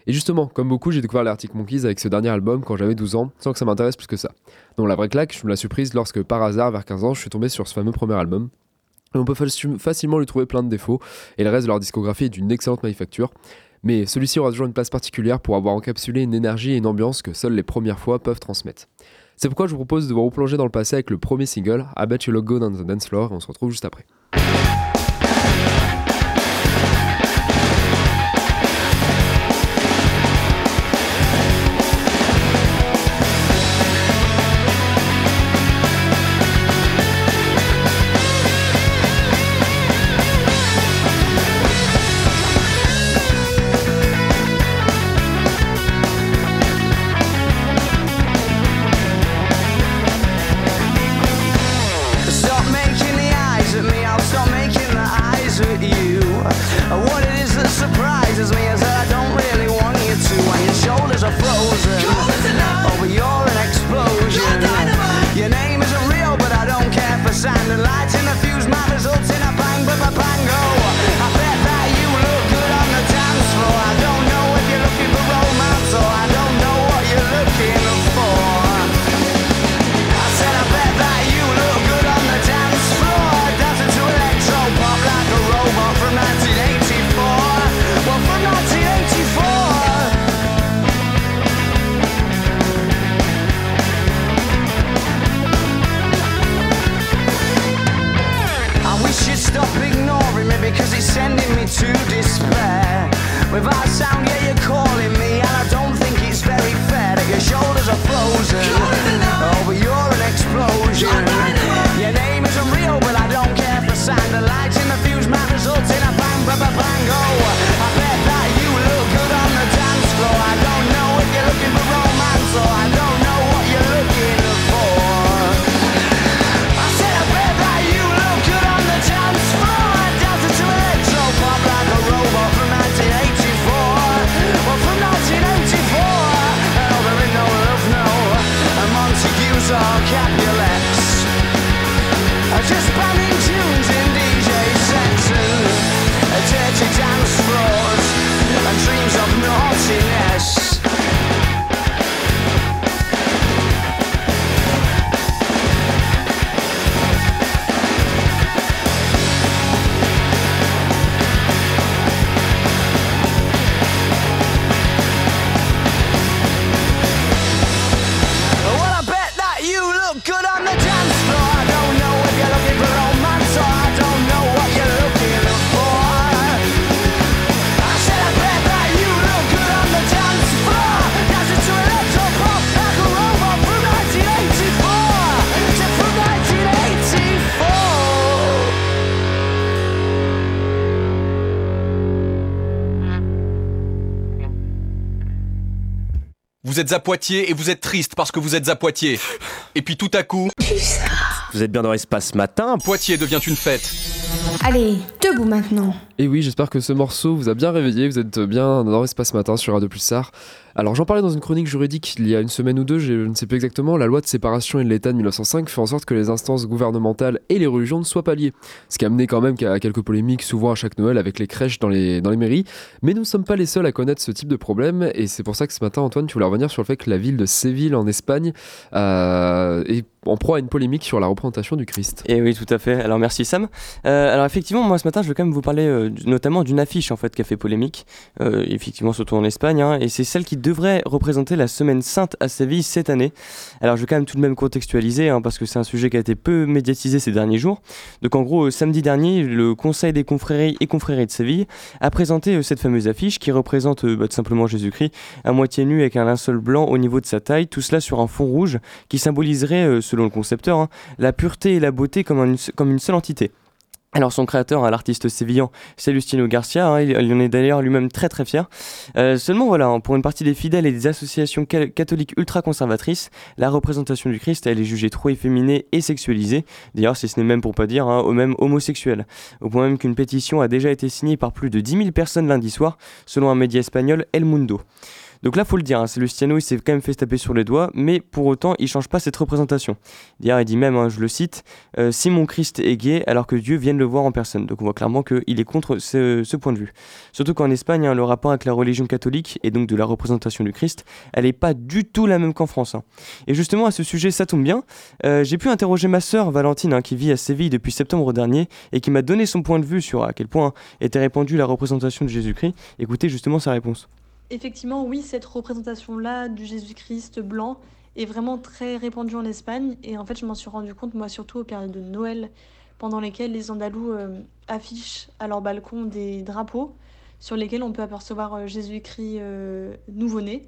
Et justement, comme beaucoup, j'ai découvert les Arctic Monkeys avec ce dernier album quand j'avais douze ans, sans que ça m'intéresse plus que ça. Donc la vraie claque, je me la suis prise lorsque par hasard, vers quinze ans, je suis tombé sur ce fameux premier album. Et on peut facilement lui trouver plein de défauts, et le reste de leur discographie est d'une excellente manufacture. Mais celui-ci aura toujours une place particulière pour avoir encapsulé une énergie et une ambiance que seules les premières fois peuvent transmettre. C'est pourquoi je vous propose de vous replonger dans le passé avec le premier single, I Bet You Look Good on the Dance Floor, et on se retrouve juste après. Vous êtes à Poitiers et vous êtes triste parce que vous êtes à Poitiers. Et puis tout à coup... Vous êtes bien dans l'espace matin, Poitiers devient une fête. Allez, debout maintenant. Et oui, j'espère que ce morceau vous a bien réveillé, vous êtes bien dans l'espace matin sur Radio Pulsar. Alors j'en parlais dans une chronique juridique il y a une semaine ou deux, je ne sais plus exactement, la loi de séparation et de l'État de mille neuf cent cinq fait en sorte que les instances gouvernementales et les religions ne soient pas liées. Ce qui a amené quand même à quelques polémiques, souvent à chaque Noël avec les crèches dans les, dans les mairies. Mais nous ne sommes pas les seuls à connaître ce type de problème, et c'est pour ça que ce matin, Antoine, tu voulais revenir sur le fait que la ville de Séville en Espagne euh, est en proie à une polémique sur la représentation du Christ. Et oui, tout à fait. Alors merci Sam. Euh, alors effectivement, moi ce matin, je veux quand même vous parler euh, notamment d'une affiche en fait qui a fait polémique, euh, effectivement surtout en Espagne, hein, et c'est celle qui devrait représenter la Semaine Sainte à Séville cette année. Alors je vais quand même tout de même contextualiser, hein, parce que c'est un sujet qui a été peu médiatisé ces derniers jours. Donc en gros, euh, samedi dernier, le Conseil des confréries et confréries de Séville a présenté euh, cette fameuse affiche qui représente euh, bah, tout simplement Jésus-Christ à moitié nu avec un linceul blanc au niveau de sa taille, tout cela sur un fond rouge qui symboliserait, euh, selon le concepteur, hein, la pureté et la beauté comme une, comme une seule entité. Alors son créateur, l'artiste sévillan Celestino Garcia, hein, il, il en est d'ailleurs lui-même très très fier. Euh, seulement voilà, hein, pour une partie des fidèles et des associations ca- catholiques ultra-conservatrices, la représentation du Christ, elle est jugée trop efféminée et sexualisée. D'ailleurs, si ce n'est même pour pas dire, hein, au même homosexuel. Au point même qu'une pétition a déjà été signée par plus de dix mille personnes lundi soir, selon un média espagnol El Mundo. Donc là, faut le dire, hein, c'est Luciano, il s'est quand même fait se taper sur les doigts, mais pour autant, il change pas cette représentation. D'ailleurs, il dit même, hein, je le cite, euh, si mon Christ est gay, alors que Dieu vienne le voir en personne. Donc on voit clairement qu'il est contre ce, ce point de vue. Surtout qu'en Espagne, hein, le rapport avec la religion catholique et donc de la représentation du Christ, elle est pas du tout la même qu'en France. Hein. Et justement, à ce sujet, ça tombe bien. Euh, j'ai pu interroger ma sœur Valentine, hein, qui vit à Séville depuis septembre dernier et qui m'a donné son point de vue sur à quel point hein, était répandue la représentation de Jésus-Christ. Écoutez justement sa réponse. Effectivement, oui, cette représentation-là du Jésus-Christ blanc est vraiment très répandue en Espagne. Et en fait, je m'en suis rendu compte, moi, surtout aux périodes de Noël, pendant lesquelles les Andalous euh, affichent à leur balcon des drapeaux sur lesquels on peut apercevoir euh, Jésus-Christ euh, nouveau-né,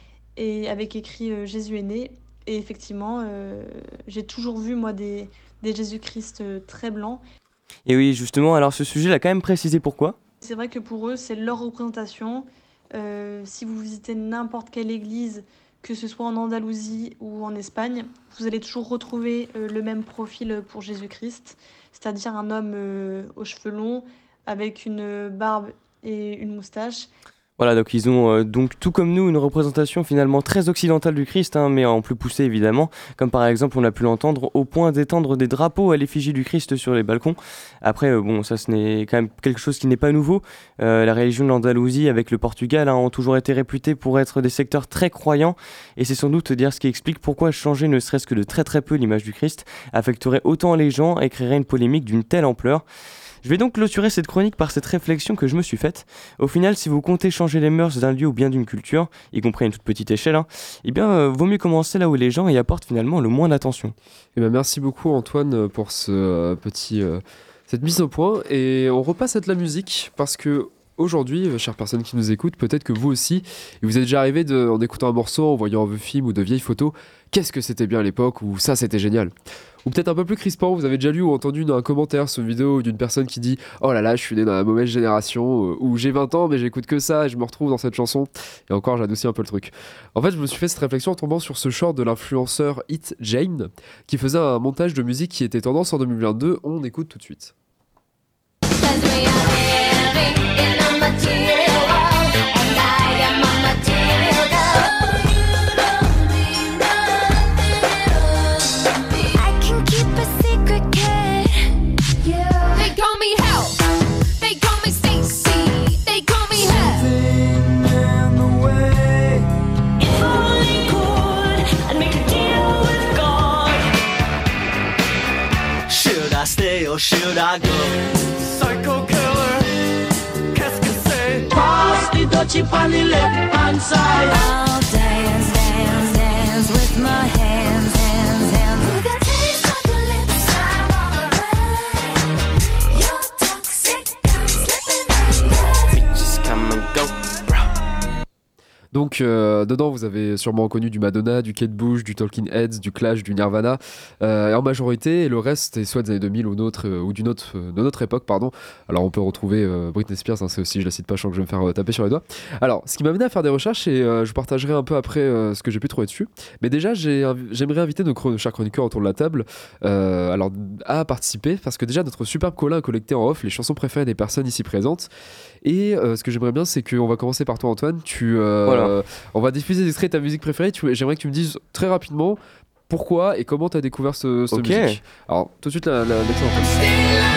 et avec écrit euh, Jésus est né. Et effectivement, euh, j'ai toujours vu, moi, des, des Jésus-Christ euh, très blancs. Et oui, justement, alors ce sujet l'a quand même précisé pourquoi. C'est vrai que pour eux, c'est leur représentation. Euh, si vous visitez n'importe quelle église, que ce soit en Andalousie ou en Espagne, vous allez toujours retrouver euh, le même profil pour Jésus-Christ, c'est-à-dire un homme euh, aux cheveux longs, avec une barbe et une moustache. Voilà, donc ils ont euh, donc tout comme nous une représentation finalement très occidentale du Christ, hein, mais en plus poussée évidemment, comme par exemple on a pu l'entendre au point d'étendre des drapeaux à l'effigie du Christ sur les balcons. Après, euh, bon, ça ce n'est quand même quelque chose qui n'est pas nouveau. Euh, la région de l'Andalousie avec le Portugal hein, ont toujours été réputés pour être des secteurs très croyants, et c'est sans doute dire ce qui explique pourquoi changer ne serait-ce que de très très peu l'image du Christ affecterait autant les gens et créerait une polémique d'une telle ampleur. Je vais donc clôturer cette chronique par cette réflexion que je me suis faite. Au final, si vous comptez changer les mœurs d'un lieu ou bien d'une culture, y compris à une toute petite échelle, hein, eh bien, euh, vaut mieux commencer là où les gens y apportent finalement le moins d'attention. Eh ben, merci beaucoup Antoine pour ce euh, petit, euh, cette mise au point. Et on repasse à de la musique parce que aujourd'hui, chères personnes qui nous écoutent, peut-être que vous aussi, vous êtes déjà arrivé de, en écoutant un morceau, en voyant un vieux film ou de vieilles photos, qu'est-ce que c'était bien à l'époque, ou ça c'était génial. Ou peut-être un peu plus crispant, vous avez déjà lu ou entendu un commentaire sur une vidéo d'une personne qui dit « Oh là là, je suis né dans la mauvaise génération, euh, ou j'ai vingt ans mais j'écoute que ça et je me retrouve dans cette chanson. » Et encore, j'adoucis un peu le truc. En fait, je me suis fait cette réflexion en tombant sur ce short de l'influenceur Hit Jane, qui faisait un montage de musique qui était tendance en deux mille vingt-deux. On écoute tout de suite. Should I go? Psycho killer, qu'est-ce que c'est? Pass the dutchie on the left hand side. I'll dance, dance, dance with my hands, hands, hands. With the taste of the lips, I'm on the run. You're toxic, I'm slipping in. Bitches come and go. Donc euh, dedans vous avez sûrement reconnu du Madonna, du Kate Bush, du Talking Heads, du Clash, du Nirvana euh, et en majorité, et le reste est soit des années deux mille ou, notre, euh, ou d'une autre, euh, de notre époque pardon. Alors on peut retrouver euh, Britney Spears, hein, c'est aussi, je la cite pas, je sens que je vais me faire euh, taper sur les doigts. Alors ce qui m'a amené à faire des recherches, et euh, je vous partagerai un peu après euh, ce que j'ai pu trouver dessus, mais déjà j'ai, j'aimerais inviter nos chron- chers chroniqueurs autour de la table euh, alors, à participer, parce que déjà notre superbe colin a collecté en off les chansons préférées des personnes ici présentes. Et euh, ce que j'aimerais bien, c'est qu'on va commencer par toi Antoine. Tu, euh, voilà. On va diffuser des extraits de ta musique préférée. Tu, j'aimerais que tu me dises très rapidement pourquoi et comment tu as découvert ce, cette okay. musique. Alors tout de suite la, la, l'extrait Antoine.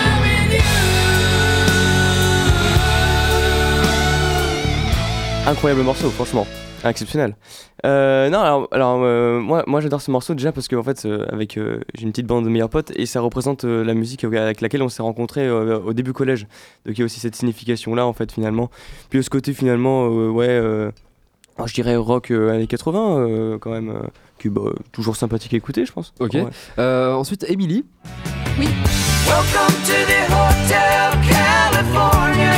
Incroyable morceau, franchement. Exceptionnel. Euh, non, alors, alors euh, moi, moi j'adore ce morceau déjà parce que en fait, euh, avec euh, j'ai une petite bande de meilleurs potes et ça représente euh, la musique avec laquelle on s'est rencontrés euh, au début collège. Donc il y a aussi cette signification là en fait finalement. Puis ce côté finalement, euh, ouais, euh, je dirais rock euh, années quatre-vingts euh, quand même, euh, qui bah, toujours sympathique à écouter, je pense. Ok. Ouais. Euh, ensuite, Émilie. Oui. Welcome to the Hotel California.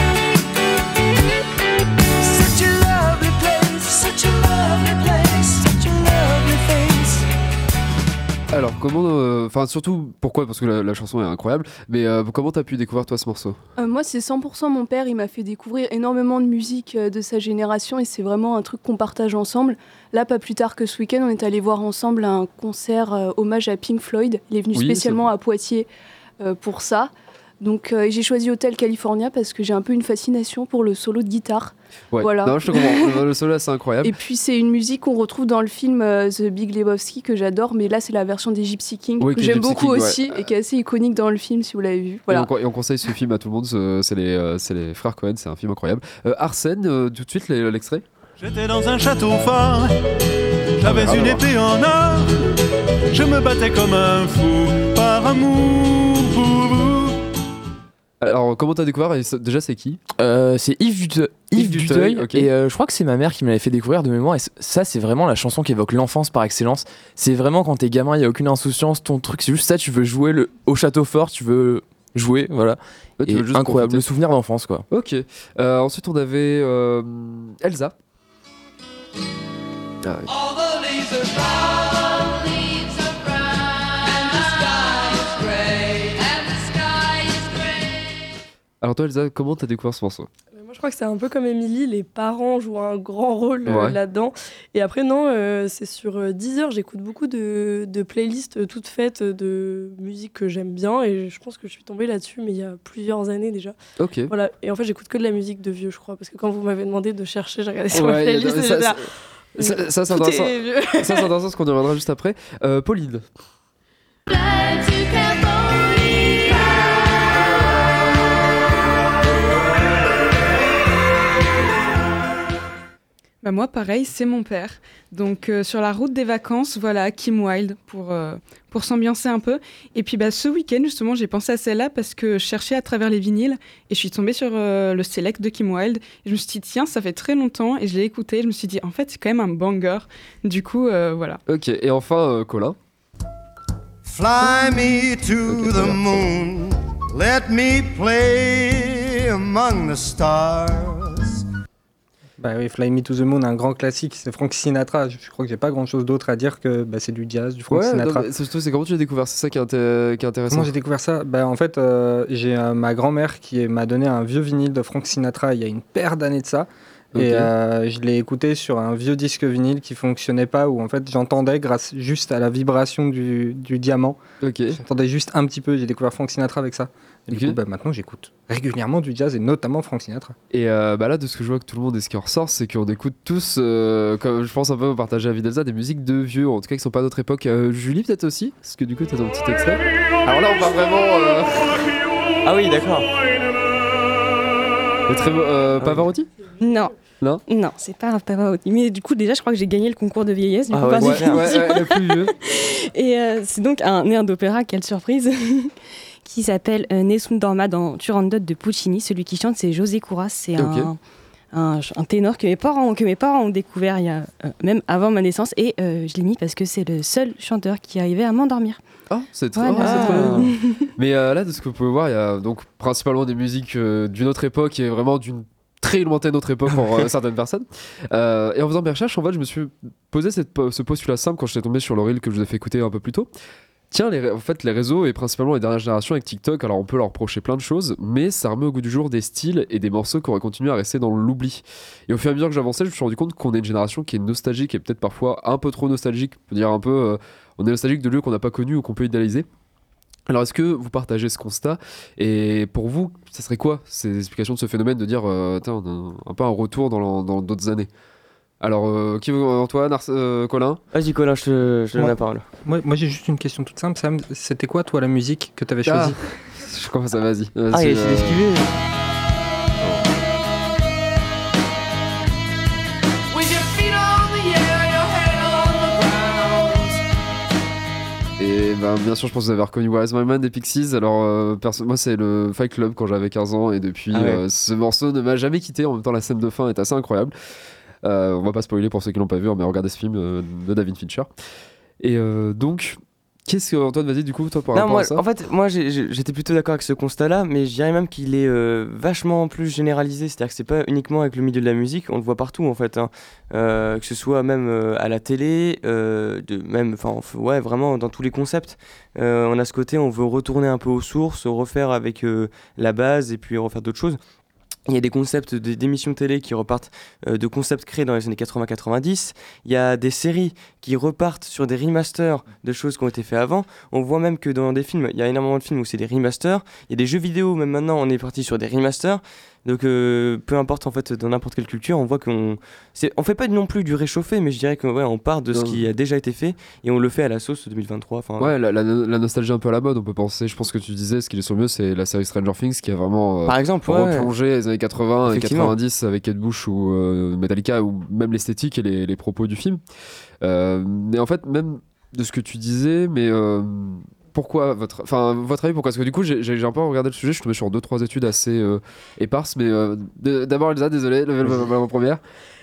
Such a lovely place, such a lovely place, such a lovely face. Alors, comment, enfin euh, surtout pourquoi, parce que la, la chanson est incroyable, mais euh, comment t'as pu découvrir toi ce morceau? euh, Moi c'est cent pour cent mon père, il m'a fait découvrir énormément de musique euh, de sa génération et c'est vraiment un truc qu'on partage ensemble. Là pas plus tard que ce week-end on est allé voir ensemble un concert euh, hommage à Pink Floyd, il est venu oui, spécialement à Poitiers euh, pour ça. Donc euh, j'ai choisi Hotel California parce que j'ai un peu une fascination pour le solo de guitare. Ouais, voilà. non, je te comprends. Le, le solo là, c'est incroyable. Et puis c'est une musique qu'on retrouve dans le film euh, The Big Lebowski que j'adore, mais là c'est la version des Gypsy Kings oui, que j'aime Gypsy beaucoup King, aussi ouais. et qui est assez iconique dans le film si vous l'avez vu. Voilà. Et, on, et on conseille ce film à tout le monde, c'est les, euh, c'est les frères Cohen, c'est un film incroyable. Euh, Arsène, euh, tout de suite les, l'extrait. J'étais dans un château fort, j'avais Ah, une alors. épée en or, je me battais comme un fou par amour pour vous. Alors, comment t'as découvert et Déjà, c'est qui Euh, c'est Yves, Dute- Yves Yves Duteuil, Duteuil, ok. et euh, je crois que c'est ma mère qui me l'avait fait découvrir de mémoire, et c- ça c'est vraiment la chanson qui évoque l'enfance par excellence. C'est vraiment quand t'es gamin, il n'y a aucune insouciance, ton truc c'est juste ça, tu veux jouer le, au château fort, tu veux jouer, voilà. Ouais, tu Et veux juste incroyable, profiter. le souvenir d'enfance quoi. Ok. Euh, ensuite, on avait euh, Elsa. Ah, oui. All the leaves are brown, leaves are brown, and the sky is grey, and the sky is grey. Alors, toi, Elsa, comment t'as découvert ce morceau? Moi, je crois que c'est un peu comme Émilie, les parents jouent un grand rôle euh, Ouais. là-dedans. Et après, non, euh, c'est sur euh, Deezer, j'écoute beaucoup de, de playlists euh, toutes faites de musique que j'aime bien. Et je pense que je suis tombée là-dessus, mais il y a plusieurs années déjà. Ok. Voilà. Et en fait, j'écoute que de la musique de vieux, je crois. Parce que quand vous m'avez demandé de chercher, j'ai regardé sur Ouais, ma playlist. y a- et ça, j'étais là, ça, ça, ça, c'est tout intéressant. est vieux. Ça, c'est intéressant parce qu'on y reviendra juste après. Euh, Pauline. Bah moi, pareil, c'est mon père. Donc, euh, sur la route des vacances, voilà, Kim Wilde pour, euh, pour s'ambiancer un peu. Et puis, bah, ce week-end, justement, j'ai pensé à celle-là parce que je cherchais à travers les vinyles et je suis tombée sur euh, le Select de Kim Wilde. Et je me suis dit, tiens, ça fait très longtemps et je l'ai écouté. Je me suis dit, en fait, c'est quand même un banger. Du coup, euh, voilà. Ok. Et enfin, euh, Colin. Fly me to the moon, let me play among the stars. Bah oui, Fly Me to the Moon, un grand classique, c'est Frank Sinatra. Je crois que j'ai pas grand chose d'autre à dire que bah, c'est du jazz, du Frank Ouais, Sinatra. non, mais surtout, c'est comment tu l'as découvert? C'est ça qui est, inté- qui est intéressant. Comment j'ai découvert ça? Bah, en fait, euh, j'ai euh, ma grand-mère qui est- m'a donné un vieux vinyle de Frank Sinatra il y a une paire d'années de ça. Ok. Et euh, je l'ai écouté sur un vieux disque vinyle qui fonctionnait pas, où en fait j'entendais grâce juste à la vibration du, du diamant. Ok. J'entendais juste un petit peu. J'ai découvert Frank Sinatra avec ça. Et Ok. du coup, bah, maintenant j'écoute régulièrement du jazz et notamment Frank Sinatra. Et euh, bah là, de ce que je vois que tout le monde et ce qui en ressort, c'est qu'on écoute tous, euh, comme je pense un peu partager à Videlza, des musiques de vieux, en tout cas qui sont pas de notre époque. Euh, Julie, peut-être aussi? Parce que du coup, t'as ton petit extrait. Alors là, on va vraiment. Euh... Ah oui, d'accord. Le très beau- euh, Pavarotti? Non. Non Non, c'est pas un Pavarotti. Mais du coup, déjà, je crois que j'ai gagné le concours de vieillesse. Du Ah coup, ouais, par ouais, définition. ouais, ouais, le plus vieux. Et euh, c'est donc un air d'opéra, quelle surprise, qui s'appelle euh, Nessun Dorma dans Turandot de Puccini. Celui qui chante, c'est José Couras. C'est Ok. un, un, un ténor que mes parents, que mes parents ont découvert il y a, euh, même avant ma naissance. Et euh, je l'ai mis parce que c'est le seul chanteur qui arrivait à m'endormir. Ah, c'est très, Voilà. ah, c'est très bien. Mais euh, là, de ce que vous pouvez voir, il y a donc principalement des musiques euh, d'une autre époque et vraiment d'une très lointaine autre époque pour euh, certaines personnes. Euh, et en faisant mes recherches, en fait, je me suis posé cette, po- ce postulat simple quand j'étais tombé sur le reel que je vous ai fait écouter un peu plus tôt. Tiens, les, ré- en fait, les réseaux et principalement les dernières générations avec TikTok, alors on peut leur reprocher plein de choses, mais ça remet au goût du jour des styles et des morceaux qui auraient continué à rester dans l'oubli. Et au fur et à mesure que j'avançais, je me suis rendu compte qu'on est une génération qui est nostalgique et peut-être parfois un peu trop nostalgique. On peut dire un peu, euh, on est nostalgique de lieux qu'on n'a pas connus ou qu'on peut idéaliser. Alors, est-ce que vous partagez ce constat? Et pour vous, ça serait quoi ces explications de ce phénomène de dire, euh, attends, on a un peu un retour dans l'an- dans d'autres années? Alors, euh, qui veut, Antoine, Ars- euh, Colin? Vas-y, Colin, je te, je te donne Moi- la parole. Moi, moi j'ai juste une question toute simple, Sam. C'était quoi, toi, la musique que tu avais choisie? Je crois que ça, vas-y. Vas-y, Ah, il a essayé euh, d'esquiver. With your feet on the air, your head on the ground. Et ben, bien sûr, je pense que vous avez reconnu Where is My Man des Pixies. Alors, euh, perso- moi, c'est le Fight Club quand j'avais quinze ans. Et depuis, Ah ouais. euh, ce morceau ne m'a jamais quitté. En même temps, la scène de fin est assez incroyable. Euh, on va pas spoiler pour ceux qui l'ont pas vu, mais regardez ce film euh, de David Fincher. Et euh, donc, qu'est-ce que, Antoine, vas-y, du coup, toi, par Non, rapport moi, à ça? en fait, moi j'ai- j'ai- j'étais plutôt d'accord avec ce constat-là, mais je dirais même qu'il est euh, vachement plus généralisé. C'est-à-dire que c'est pas uniquement avec le milieu de la musique, on le voit partout en fait. Hein. Euh, que ce soit même euh, à la télé, euh, de, même, enfin, ouais, vraiment dans tous les concepts. Euh, on a ce côté, on veut retourner un peu aux sources, refaire avec euh, la base et puis refaire d'autres choses. Il y a des concepts d'émissions télé qui repartent euh, de concepts créés dans les années quatre-vingts quatre-vingt-dix. Il y a des séries qui repartent sur des remasters de choses qui ont été faites avant. On voit même que dans des films, il y a énormément de films où c'est des remasters. Il y a des jeux vidéo, même maintenant, on est parti sur des remasters. Donc euh, peu importe en fait dans n'importe quelle culture, on voit qu'on c'est on fait pas non plus du réchauffé, mais je dirais que ouais, on part de ce qui a déjà été fait et on le fait à la sauce deux mille vingt-trois. Enfin ouais, la, la, la nostalgie un peu à la mode, on peut penser. Je pense que tu disais ce qui est sur le mieux, c'est la série Stranger Things qui a vraiment euh, par exemple replongé ouais. les années quatre-vingts et quatre-vingt-dix avec Kate Bush ou euh, Metallica ou même l'esthétique et les, les propos du film. Euh, mais en fait même de ce que tu disais, mais euh, pourquoi votre, enfin votre avis, pourquoi? Parce que du coup j'ai, j'ai un peu regardé le sujet, je suis tombé sur deux trois études assez euh, éparses, mais euh, d'abord Elsa, désolé, levez la première.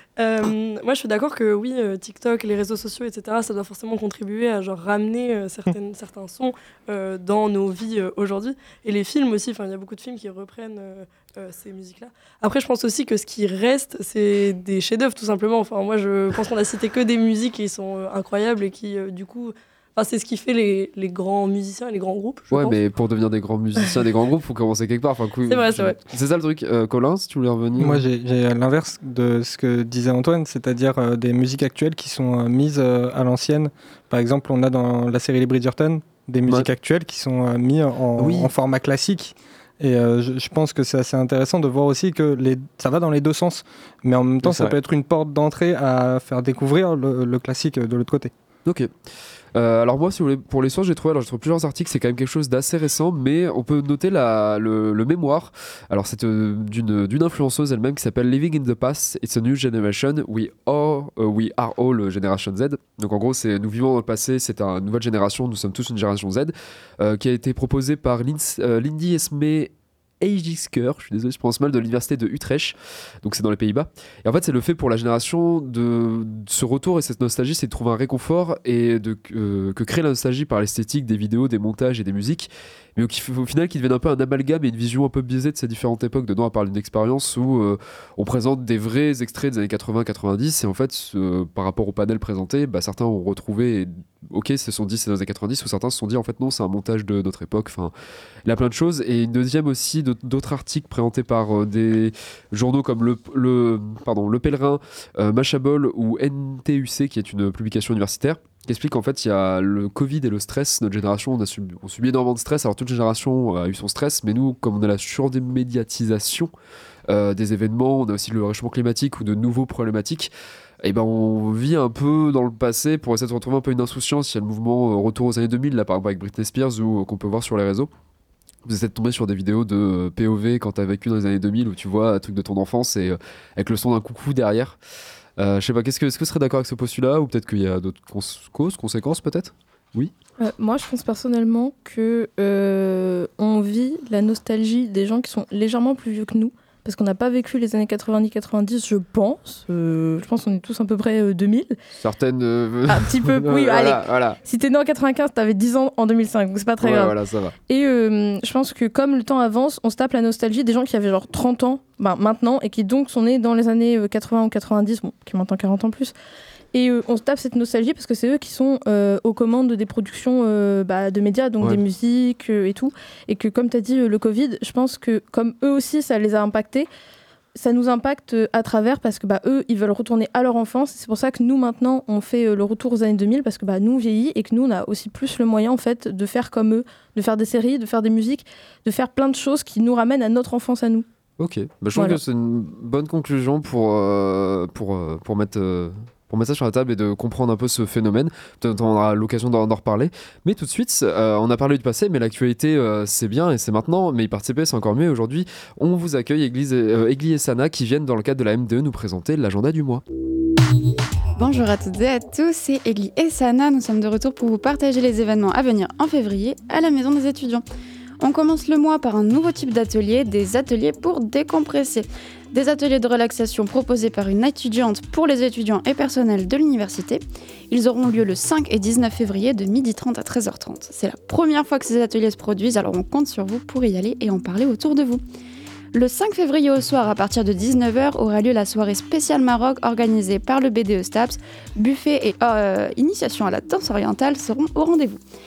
Euh, moi, je suis d'accord que oui, euh, TikTok, les réseaux sociaux, et cetera, ça doit forcément contribuer à genre ramener euh, certaines, certains sons euh, dans nos vies euh, aujourd'hui. Et les films aussi, enfin, il y a beaucoup de films qui reprennent euh, euh, ces musiques-là. Après, je pense aussi que ce qui reste, c'est des chefs-d'œuvre, tout simplement. Enfin, moi, je pense qu'on a cité que des musiques qui sont euh, incroyables et qui, euh, du coup. Enfin, c'est ce qui fait les, les grands musiciens et les grands groupes. Je ouais, pense. mais pour devenir des grands musiciens, des grands groupes, faut commencer quelque part. Enfin, coup, c'est vrai, c'est vrai. C'est ça le truc. Euh, Colin, si tu voulais revenir. Moi, j'ai, j'ai l'inverse de ce que disait Antoine, c'est-à-dire euh, des musiques actuelles qui sont euh, mises euh, à l'ancienne. Par exemple, on a dans la série Les Bridgerton des musiques ouais. actuelles qui sont euh, mises en, oui. en format classique. Et euh, je, je pense que c'est assez intéressant de voir aussi que les, ça va dans les deux sens. Mais en même temps, ça vrai. peut être une porte d'entrée à faire découvrir le, le classique de l'autre côté. Ok. Euh, alors moi, si vous voulez, pour les sources, j'ai trouvé, alors j'ai trouvé plusieurs articles. C'est quand même quelque chose d'assez récent, mais on peut noter la, le, le mémoire. Alors c'est euh, d'une, d'une influenceuse elle-même qui s'appelle Living in the Past. It's a new generation. We are, uh, we are all Generation Z. Donc en gros, c'est nous vivons dans le passé. C'est une nouvelle génération. Nous sommes tous une génération Z, euh, qui a été proposée par Lins, euh, Lindy Esme Eijisker, je suis désolé, je prononce mal, de l'université de Utrecht, donc c'est dans les Pays-Bas. Et en fait, c'est le fait pour la génération de, de ce retour et cette nostalgie, c'est de trouver un réconfort et de, euh, que crée la nostalgie par l'esthétique des vidéos, des montages et des musiques, mais au, au final qui deviennent un peu un amalgame et une vision un peu biaisée de ces différentes époques. Dedans, on parle d'une expérience où euh, on présente des vrais extraits des années quatre-vingts quatre-vingt-dix, et en fait, euh, par rapport au panel présenté, bah, certains ont retrouvé, et, ok, ce se sont dit c'est dans les années quatre-vingt-dix, ou certains se sont dit en fait non, c'est un montage de notre époque. Enfin, il y a plein de choses. Et une deuxième aussi, de, d'autres articles présentés par euh, des journaux comme le, le, pardon, le Pèlerin, euh, Mashable ou N T U C, qui est une publication universitaire, qui explique qu'en fait il y a le Covid et le stress. Notre génération on a subi, on subit énormément de stress. Alors toute génération a eu son stress, mais nous, comme on a la surmédiatisation euh, des événements, on a aussi le réchauffement climatique ou de nouveaux problématiques, et ben on vit un peu dans le passé pour essayer de retrouver un peu une insouciance. Il y a le mouvement euh, retour aux années deux mille là, par exemple avec Britney Spears, ou euh, qu'on peut voir sur les réseaux. Vous êtes tombé sur des vidéos de euh, P O V quand t'as vécu dans les années deux mille, où tu vois un truc de ton enfance et euh, avec le son d'un coucou derrière. Euh, je sais pas, qu'est-ce que, est-ce que vous serez d'accord avec ce postulat, ou peut-être qu'il y a d'autres cons- causes, conséquences peut-être? Oui. Euh, moi, je pense personnellement que euh, on vit la nostalgie des gens qui sont légèrement plus vieux que nous, parce qu'on n'a pas vécu les années quatre-vingt-dix quatre-vingt-dix, je pense. Euh, je pense qu'on est tous à peu près euh, deux mille. Certaines... Euh... Un petit peu, oui, voilà, allez. Voilà. Si t'es né en quatre-vingt-quinze, t'avais dix ans en deux mille cinq, donc c'est pas très ouais, grave. Voilà, ça va. Et euh, je pense que comme le temps avance, on se tape la nostalgie des gens qui avaient genre trente ans ben, maintenant, et qui donc sont nés dans les années quatre-vingts ou quatre-vingt-dix, bon, qui ont maintenant quarante ans plus. Et euh, on se tape cette nostalgie parce que c'est eux qui sont euh, aux commandes des productions euh, bah, de médias, donc ouais. des musiques euh, et tout. Et que comme tu as dit, euh, le Covid, je pense que comme eux aussi, ça les a impactés, ça nous impacte euh, à travers parce que bah, eux, ils veulent retourner à leur enfance. C'est pour ça que nous, maintenant, on fait euh, le retour aux années deux mille parce que bah, nous, on vieillit et que nous, on a aussi plus le moyen en fait, de faire comme eux, de faire des séries, de faire des musiques, de faire plein de choses qui nous ramènent à notre enfance à nous. Ok, bah, je trouve voilà. que c'est une bonne conclusion pour, euh, pour, euh, pour mettre... Euh... pour mettre ça sur la table et de comprendre un peu ce phénomène. Peut-être on aura l'occasion d'en, d'en reparler. Mais tout de suite, euh, on a parlé du passé, mais l'actualité, euh, c'est bien et c'est maintenant. Mais y participer, c'est encore mieux. Aujourd'hui, on vous accueille, Église et, euh, Egli et Sana, qui viennent dans le cadre de la M D E nous présenter l'agenda du mois. Bonjour à toutes et à tous, c'est Egli et Sana. Nous sommes de retour pour vous partager les événements à venir en février à la Maison des étudiants. On commence le mois par un nouveau type d'atelier, des ateliers pour décompresser. Des ateliers de relaxation proposés par une étudiante pour les étudiants et personnels de l'université. Ils auront lieu le cinq et dix-neuf février de midi trente à treize heures trente. C'est la première fois que ces ateliers se produisent, alors on compte sur vous pour y aller et en parler autour de vous. Le cinq février au soir, à partir de dix-neuf heures, aura lieu la soirée spéciale Maroc organisée par le B D E STAPS. Buffet et euh, initiation à la danse orientale seront au rendez-vous.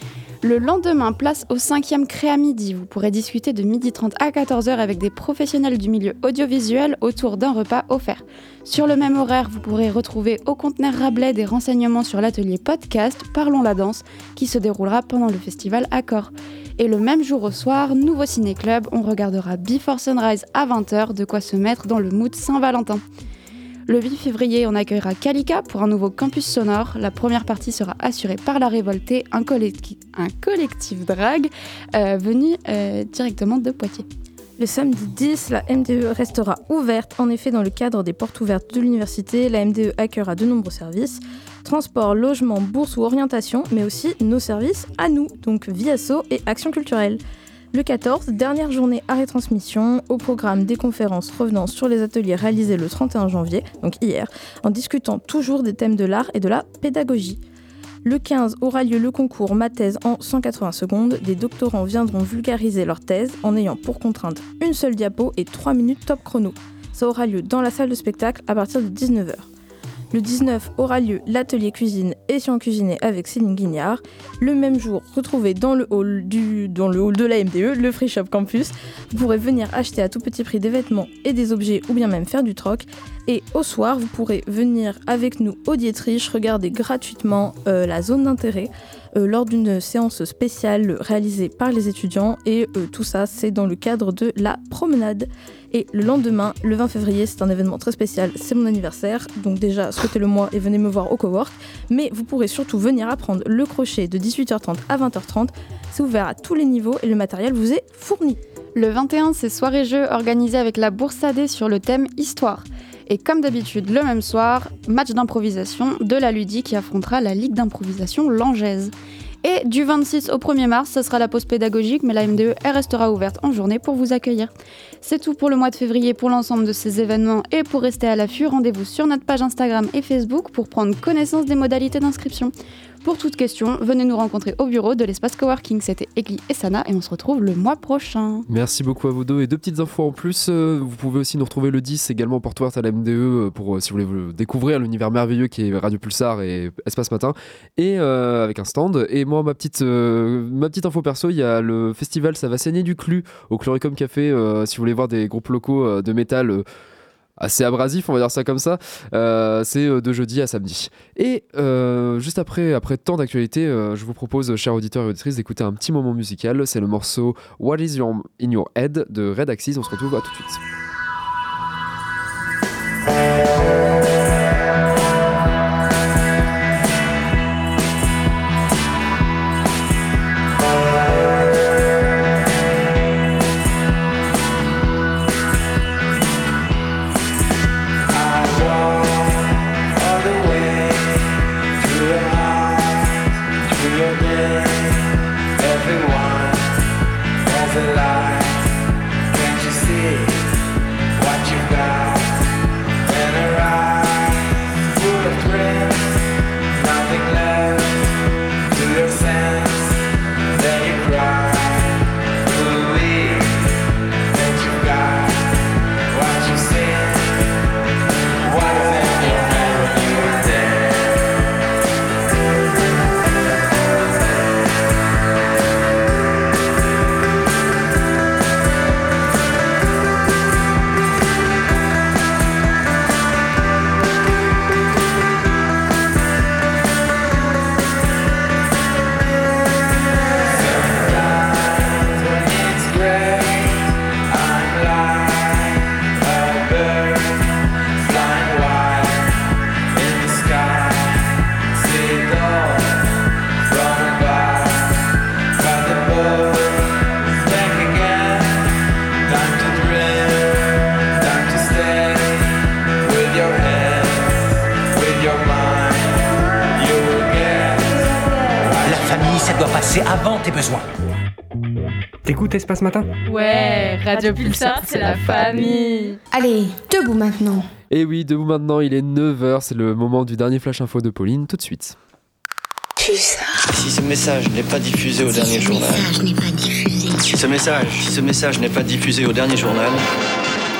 Le lendemain, place au cinquième Créa Midi. Vous pourrez discuter de midi trente à quatorze heures avec des professionnels du milieu audiovisuel autour d'un repas offert. Sur le même horaire, vous pourrez retrouver au conteneur Rabelais des renseignements sur l'atelier podcast Parlons la danse qui se déroulera pendant le festival Accor. Et le même jour au soir, nouveau ciné-club, on regardera Before Sunrise à vingt heures, de quoi se mettre dans le mood Saint-Valentin. Le huit février, on accueillera Kalika pour un nouveau campus sonore. La première partie sera assurée par La Révoltée, un, collecti- un collectif drague euh, venu euh, directement de Poitiers. Le samedi dix, la M D E restera ouverte. En effet, dans le cadre des portes ouvertes de l'université, la M D E accueillera de nombreux services. Transport, logement, bourse ou orientation, mais aussi nos services à nous, donc Vie Asso et Action culturelle. Le quatorze, dernière journée à rétransmission, au programme des conférences revenant sur les ateliers réalisés le trente et un janvier, donc hier, en discutant toujours des thèmes de l'art et de la pédagogie. Le quinze aura lieu le concours Ma thèse en cent quatre-vingts secondes. Des doctorants viendront vulgariser leur thèse en ayant pour contrainte une seule diapo et trois minutes top chrono. Ça aura lieu dans la salle de spectacle à partir de dix-neuf heures. Le dix-neuf aura lieu l'atelier cuisine et si on cuisinait avec Céline Guignard. Le même jour, retrouvez dans le hall, du, dans le hall de la M D E, le Free Shop Campus. Vous pourrez venir acheter à tout petit prix des vêtements et des objets ou bien même faire du troc. Et au soir, vous pourrez venir avec nous au Dietrich regarder gratuitement euh, la zone d'intérêt euh, lors d'une séance spéciale réalisée par les étudiants. Et euh, tout ça, c'est dans le cadre de la promenade. Et le lendemain, le vingt février, c'est un événement très spécial, c'est mon anniversaire. Donc déjà, souhaitez-le moi et venez me voir au cowork. Mais vous pourrez surtout venir apprendre le crochet de dix-huit heures trente à vingt heures trente. C'est ouvert à tous les niveaux et le matériel vous est fourni. Le vingt et un, c'est soirée-jeu organisée avec la Bourse A D sur le thème Histoire. Et comme d'habitude, le même soir, match d'improvisation de la Ludie qui affrontera la Ligue d'improvisation Langeaise. Et du vingt-six au premier mars, ce sera la pause pédagogique, mais la M D E elle restera ouverte en journée pour vous accueillir. C'est tout pour le mois de février pour l'ensemble de ces événements et pour rester à l'affût, rendez-vous sur notre page Instagram et Facebook pour prendre connaissance des modalités d'inscription. Pour toute question, venez nous rencontrer au bureau de l'espace coworking. C'était Egli et Sana et on se retrouve le mois prochain. Merci beaucoup à vous deux. Et deux petites infos en plus, euh, vous pouvez aussi nous retrouver le dix également porte ouverte à la M D E pour euh, si vous voulez découvrir l'univers merveilleux qui est Radio Pulsar et Espace Matin et euh, avec un stand. Et moi ma petite euh, ma petite info perso, il y a le festival Ça va saigner du clu au Chloricum Café euh, si vous voulez voir des groupes locaux euh, de métal euh, assez abrasif, on va dire ça comme ça. Euh, c'est de jeudi à samedi. Et euh, juste après, après tant d'actualités, euh, je vous propose, chers auditeurs et auditrices, d'écouter un petit moment musical. C'est le morceau What Is Your In Your Head de Red Axis. On se retrouve à tout de suite. Avant tes besoins. T'écoutes Espace Matin ? Ouais, Radio Pulsar, c'est la famille. Allez, debout maintenant. Et oui, debout maintenant, il est neuf heures, c'est le moment du dernier flash info de Pauline, tout de suite. Pulsar. Si ce message n'est pas diffusé au dernier journal. Si ce message, si ce message n'est pas diffusé au dernier journal.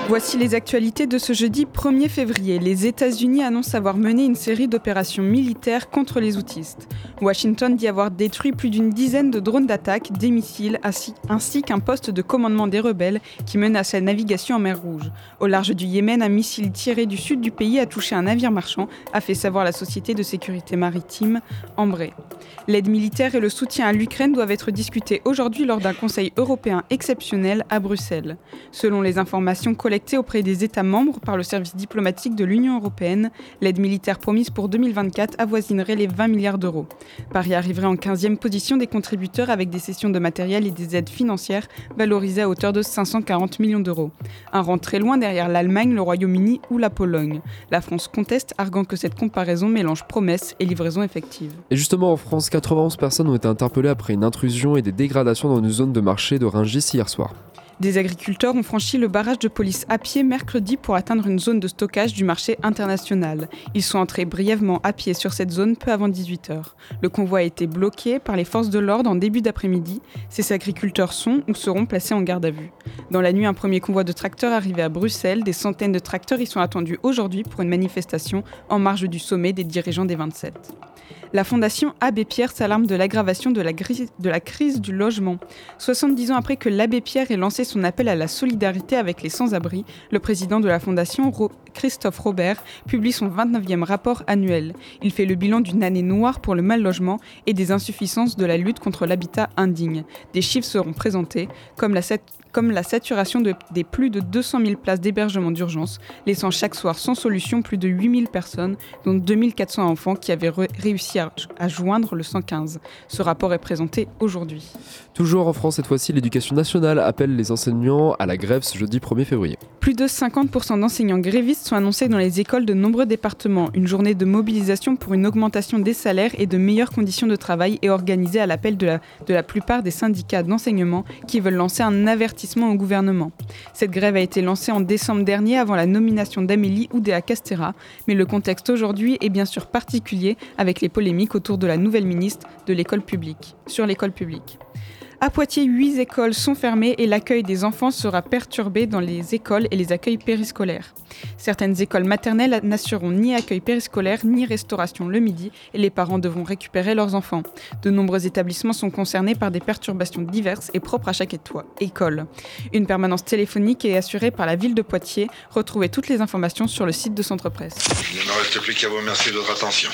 Voici les actualités de ce jeudi premier février. Les États-Unis annoncent avoir mené une série d'opérations militaires contre les houthistes. Washington dit avoir détruit plus d'une dizaine de drones d'attaque, des missiles, ainsi qu'un poste de commandement des rebelles qui menace la navigation en mer Rouge. Au large du Yémen, un missile tiré du sud du pays a touché un navire marchand, a fait savoir la société de sécurité maritime Embraer. L'aide militaire et le soutien à l'Ukraine doivent être discutés aujourd'hui lors d'un Conseil européen exceptionnel à Bruxelles. Selon les informations collectées auprès des États membres par le service diplomatique de l'Union européenne, l'aide militaire promise pour deux mille vingt-quatre avoisinerait les vingt milliards d'euros. Paris arriverait en quinzième position des contributeurs avec des cessions de matériel et des aides financières valorisées à hauteur de cinq cent quarante millions d'euros. Un rang très loin derrière l'Allemagne, le Royaume-Uni ou la Pologne. La France conteste, arguant que cette comparaison mélange promesses et livraison effective. Et justement en France, quatre-vingt-onze personnes ont été interpellées après une intrusion et des dégradations dans une zone de marché de Rungis hier soir. Des agriculteurs ont franchi le barrage de police à pied mercredi pour atteindre une zone de stockage du marché international. Ils sont entrés brièvement à pied sur cette zone peu avant dix-huit heures. Le convoi a été bloqué par les forces de l'ordre en début d'après-midi. Ces agriculteurs sont ou seront placés en garde à vue. Dans la nuit, un premier convoi de tracteurs arrivait à Bruxelles. Des centaines de tracteurs y sont attendus aujourd'hui pour une manifestation en marge du sommet des dirigeants des vingt-sept. La Fondation Abbé Pierre s'alarme de l'aggravation de la, grise, de la crise du logement. soixante-dix ans après que l'Abbé Pierre ait lancé son appel à la solidarité avec les sans-abri, le président de la Fondation, Ro- Christophe Robert, publie son vingt-neuvième rapport annuel. Il fait le bilan d'une année noire pour le mal-logement et des insuffisances de la lutte contre l'habitat indigne. Des chiffres seront présentés, comme la, sat- comme la saturation de, des plus de deux cent mille places d'hébergement d'urgence, laissant chaque soir sans solution plus de huit mille personnes, dont deux mille quatre cents enfants qui avaient re- réussi à, à joindre le cent quinze. Ce rapport est présenté aujourd'hui. Toujours en France, cette fois-ci, l'éducation nationale appelle les enseignants à la grève ce jeudi premier février. Plus de cinquante pour cent d'enseignants grévistes sont annoncés dans les écoles de nombreux départements. Une journée de mobilisation pour une augmentation des salaires et de meilleures conditions de travail est organisée à l'appel de la, de la plupart des syndicats d'enseignement qui veulent lancer un avertissement au gouvernement. Cette grève a été lancée en décembre dernier avant la nomination d'Amélie Oudéa-Castéra, mais le contexte aujourd'hui est bien sûr particulier avec les polémiques autour de la nouvelle ministre de l'école publique, sur l'école publique. À Poitiers, huit écoles sont fermées et l'accueil des enfants sera perturbé dans les écoles et les accueils périscolaires. Certaines écoles maternelles n'assureront ni accueil périscolaire ni restauration le midi et les parents devront récupérer leurs enfants. De nombreux établissements sont concernés par des perturbations diverses et propres à chaque éto- école. Une permanence téléphonique est assurée par la ville de Poitiers. Retrouvez toutes les informations sur le site de Centre Presse. Il ne me reste plus qu'à vous remercier de votre attention.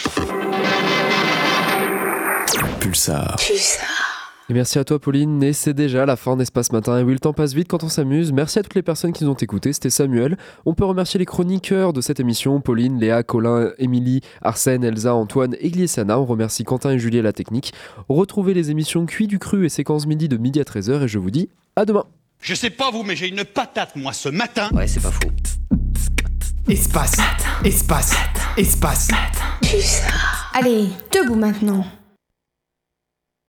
Pulsar. Pulsar. Et merci à toi Pauline, et c'est déjà la fin d'Espace Matin. Et oui, le temps passe vite quand on s'amuse. Merci à toutes les personnes qui nous ont écoutés, c'était Samuel. On peut remercier les chroniqueurs de cette émission, Pauline, Léa, Colin, Émilie, Arsène, Elsa, Antoine, Egli et Sana. On remercie Quentin et Julie à la technique. Retrouvez les émissions Cuit du Cru et Séquence Midi de midi à treize heures et je vous dis à demain. Je sais pas vous, mais j'ai une patate moi ce matin. Ouais, c'est pas faux. Espace. Espace. Espace. Pulsar. Allez, debout maintenant.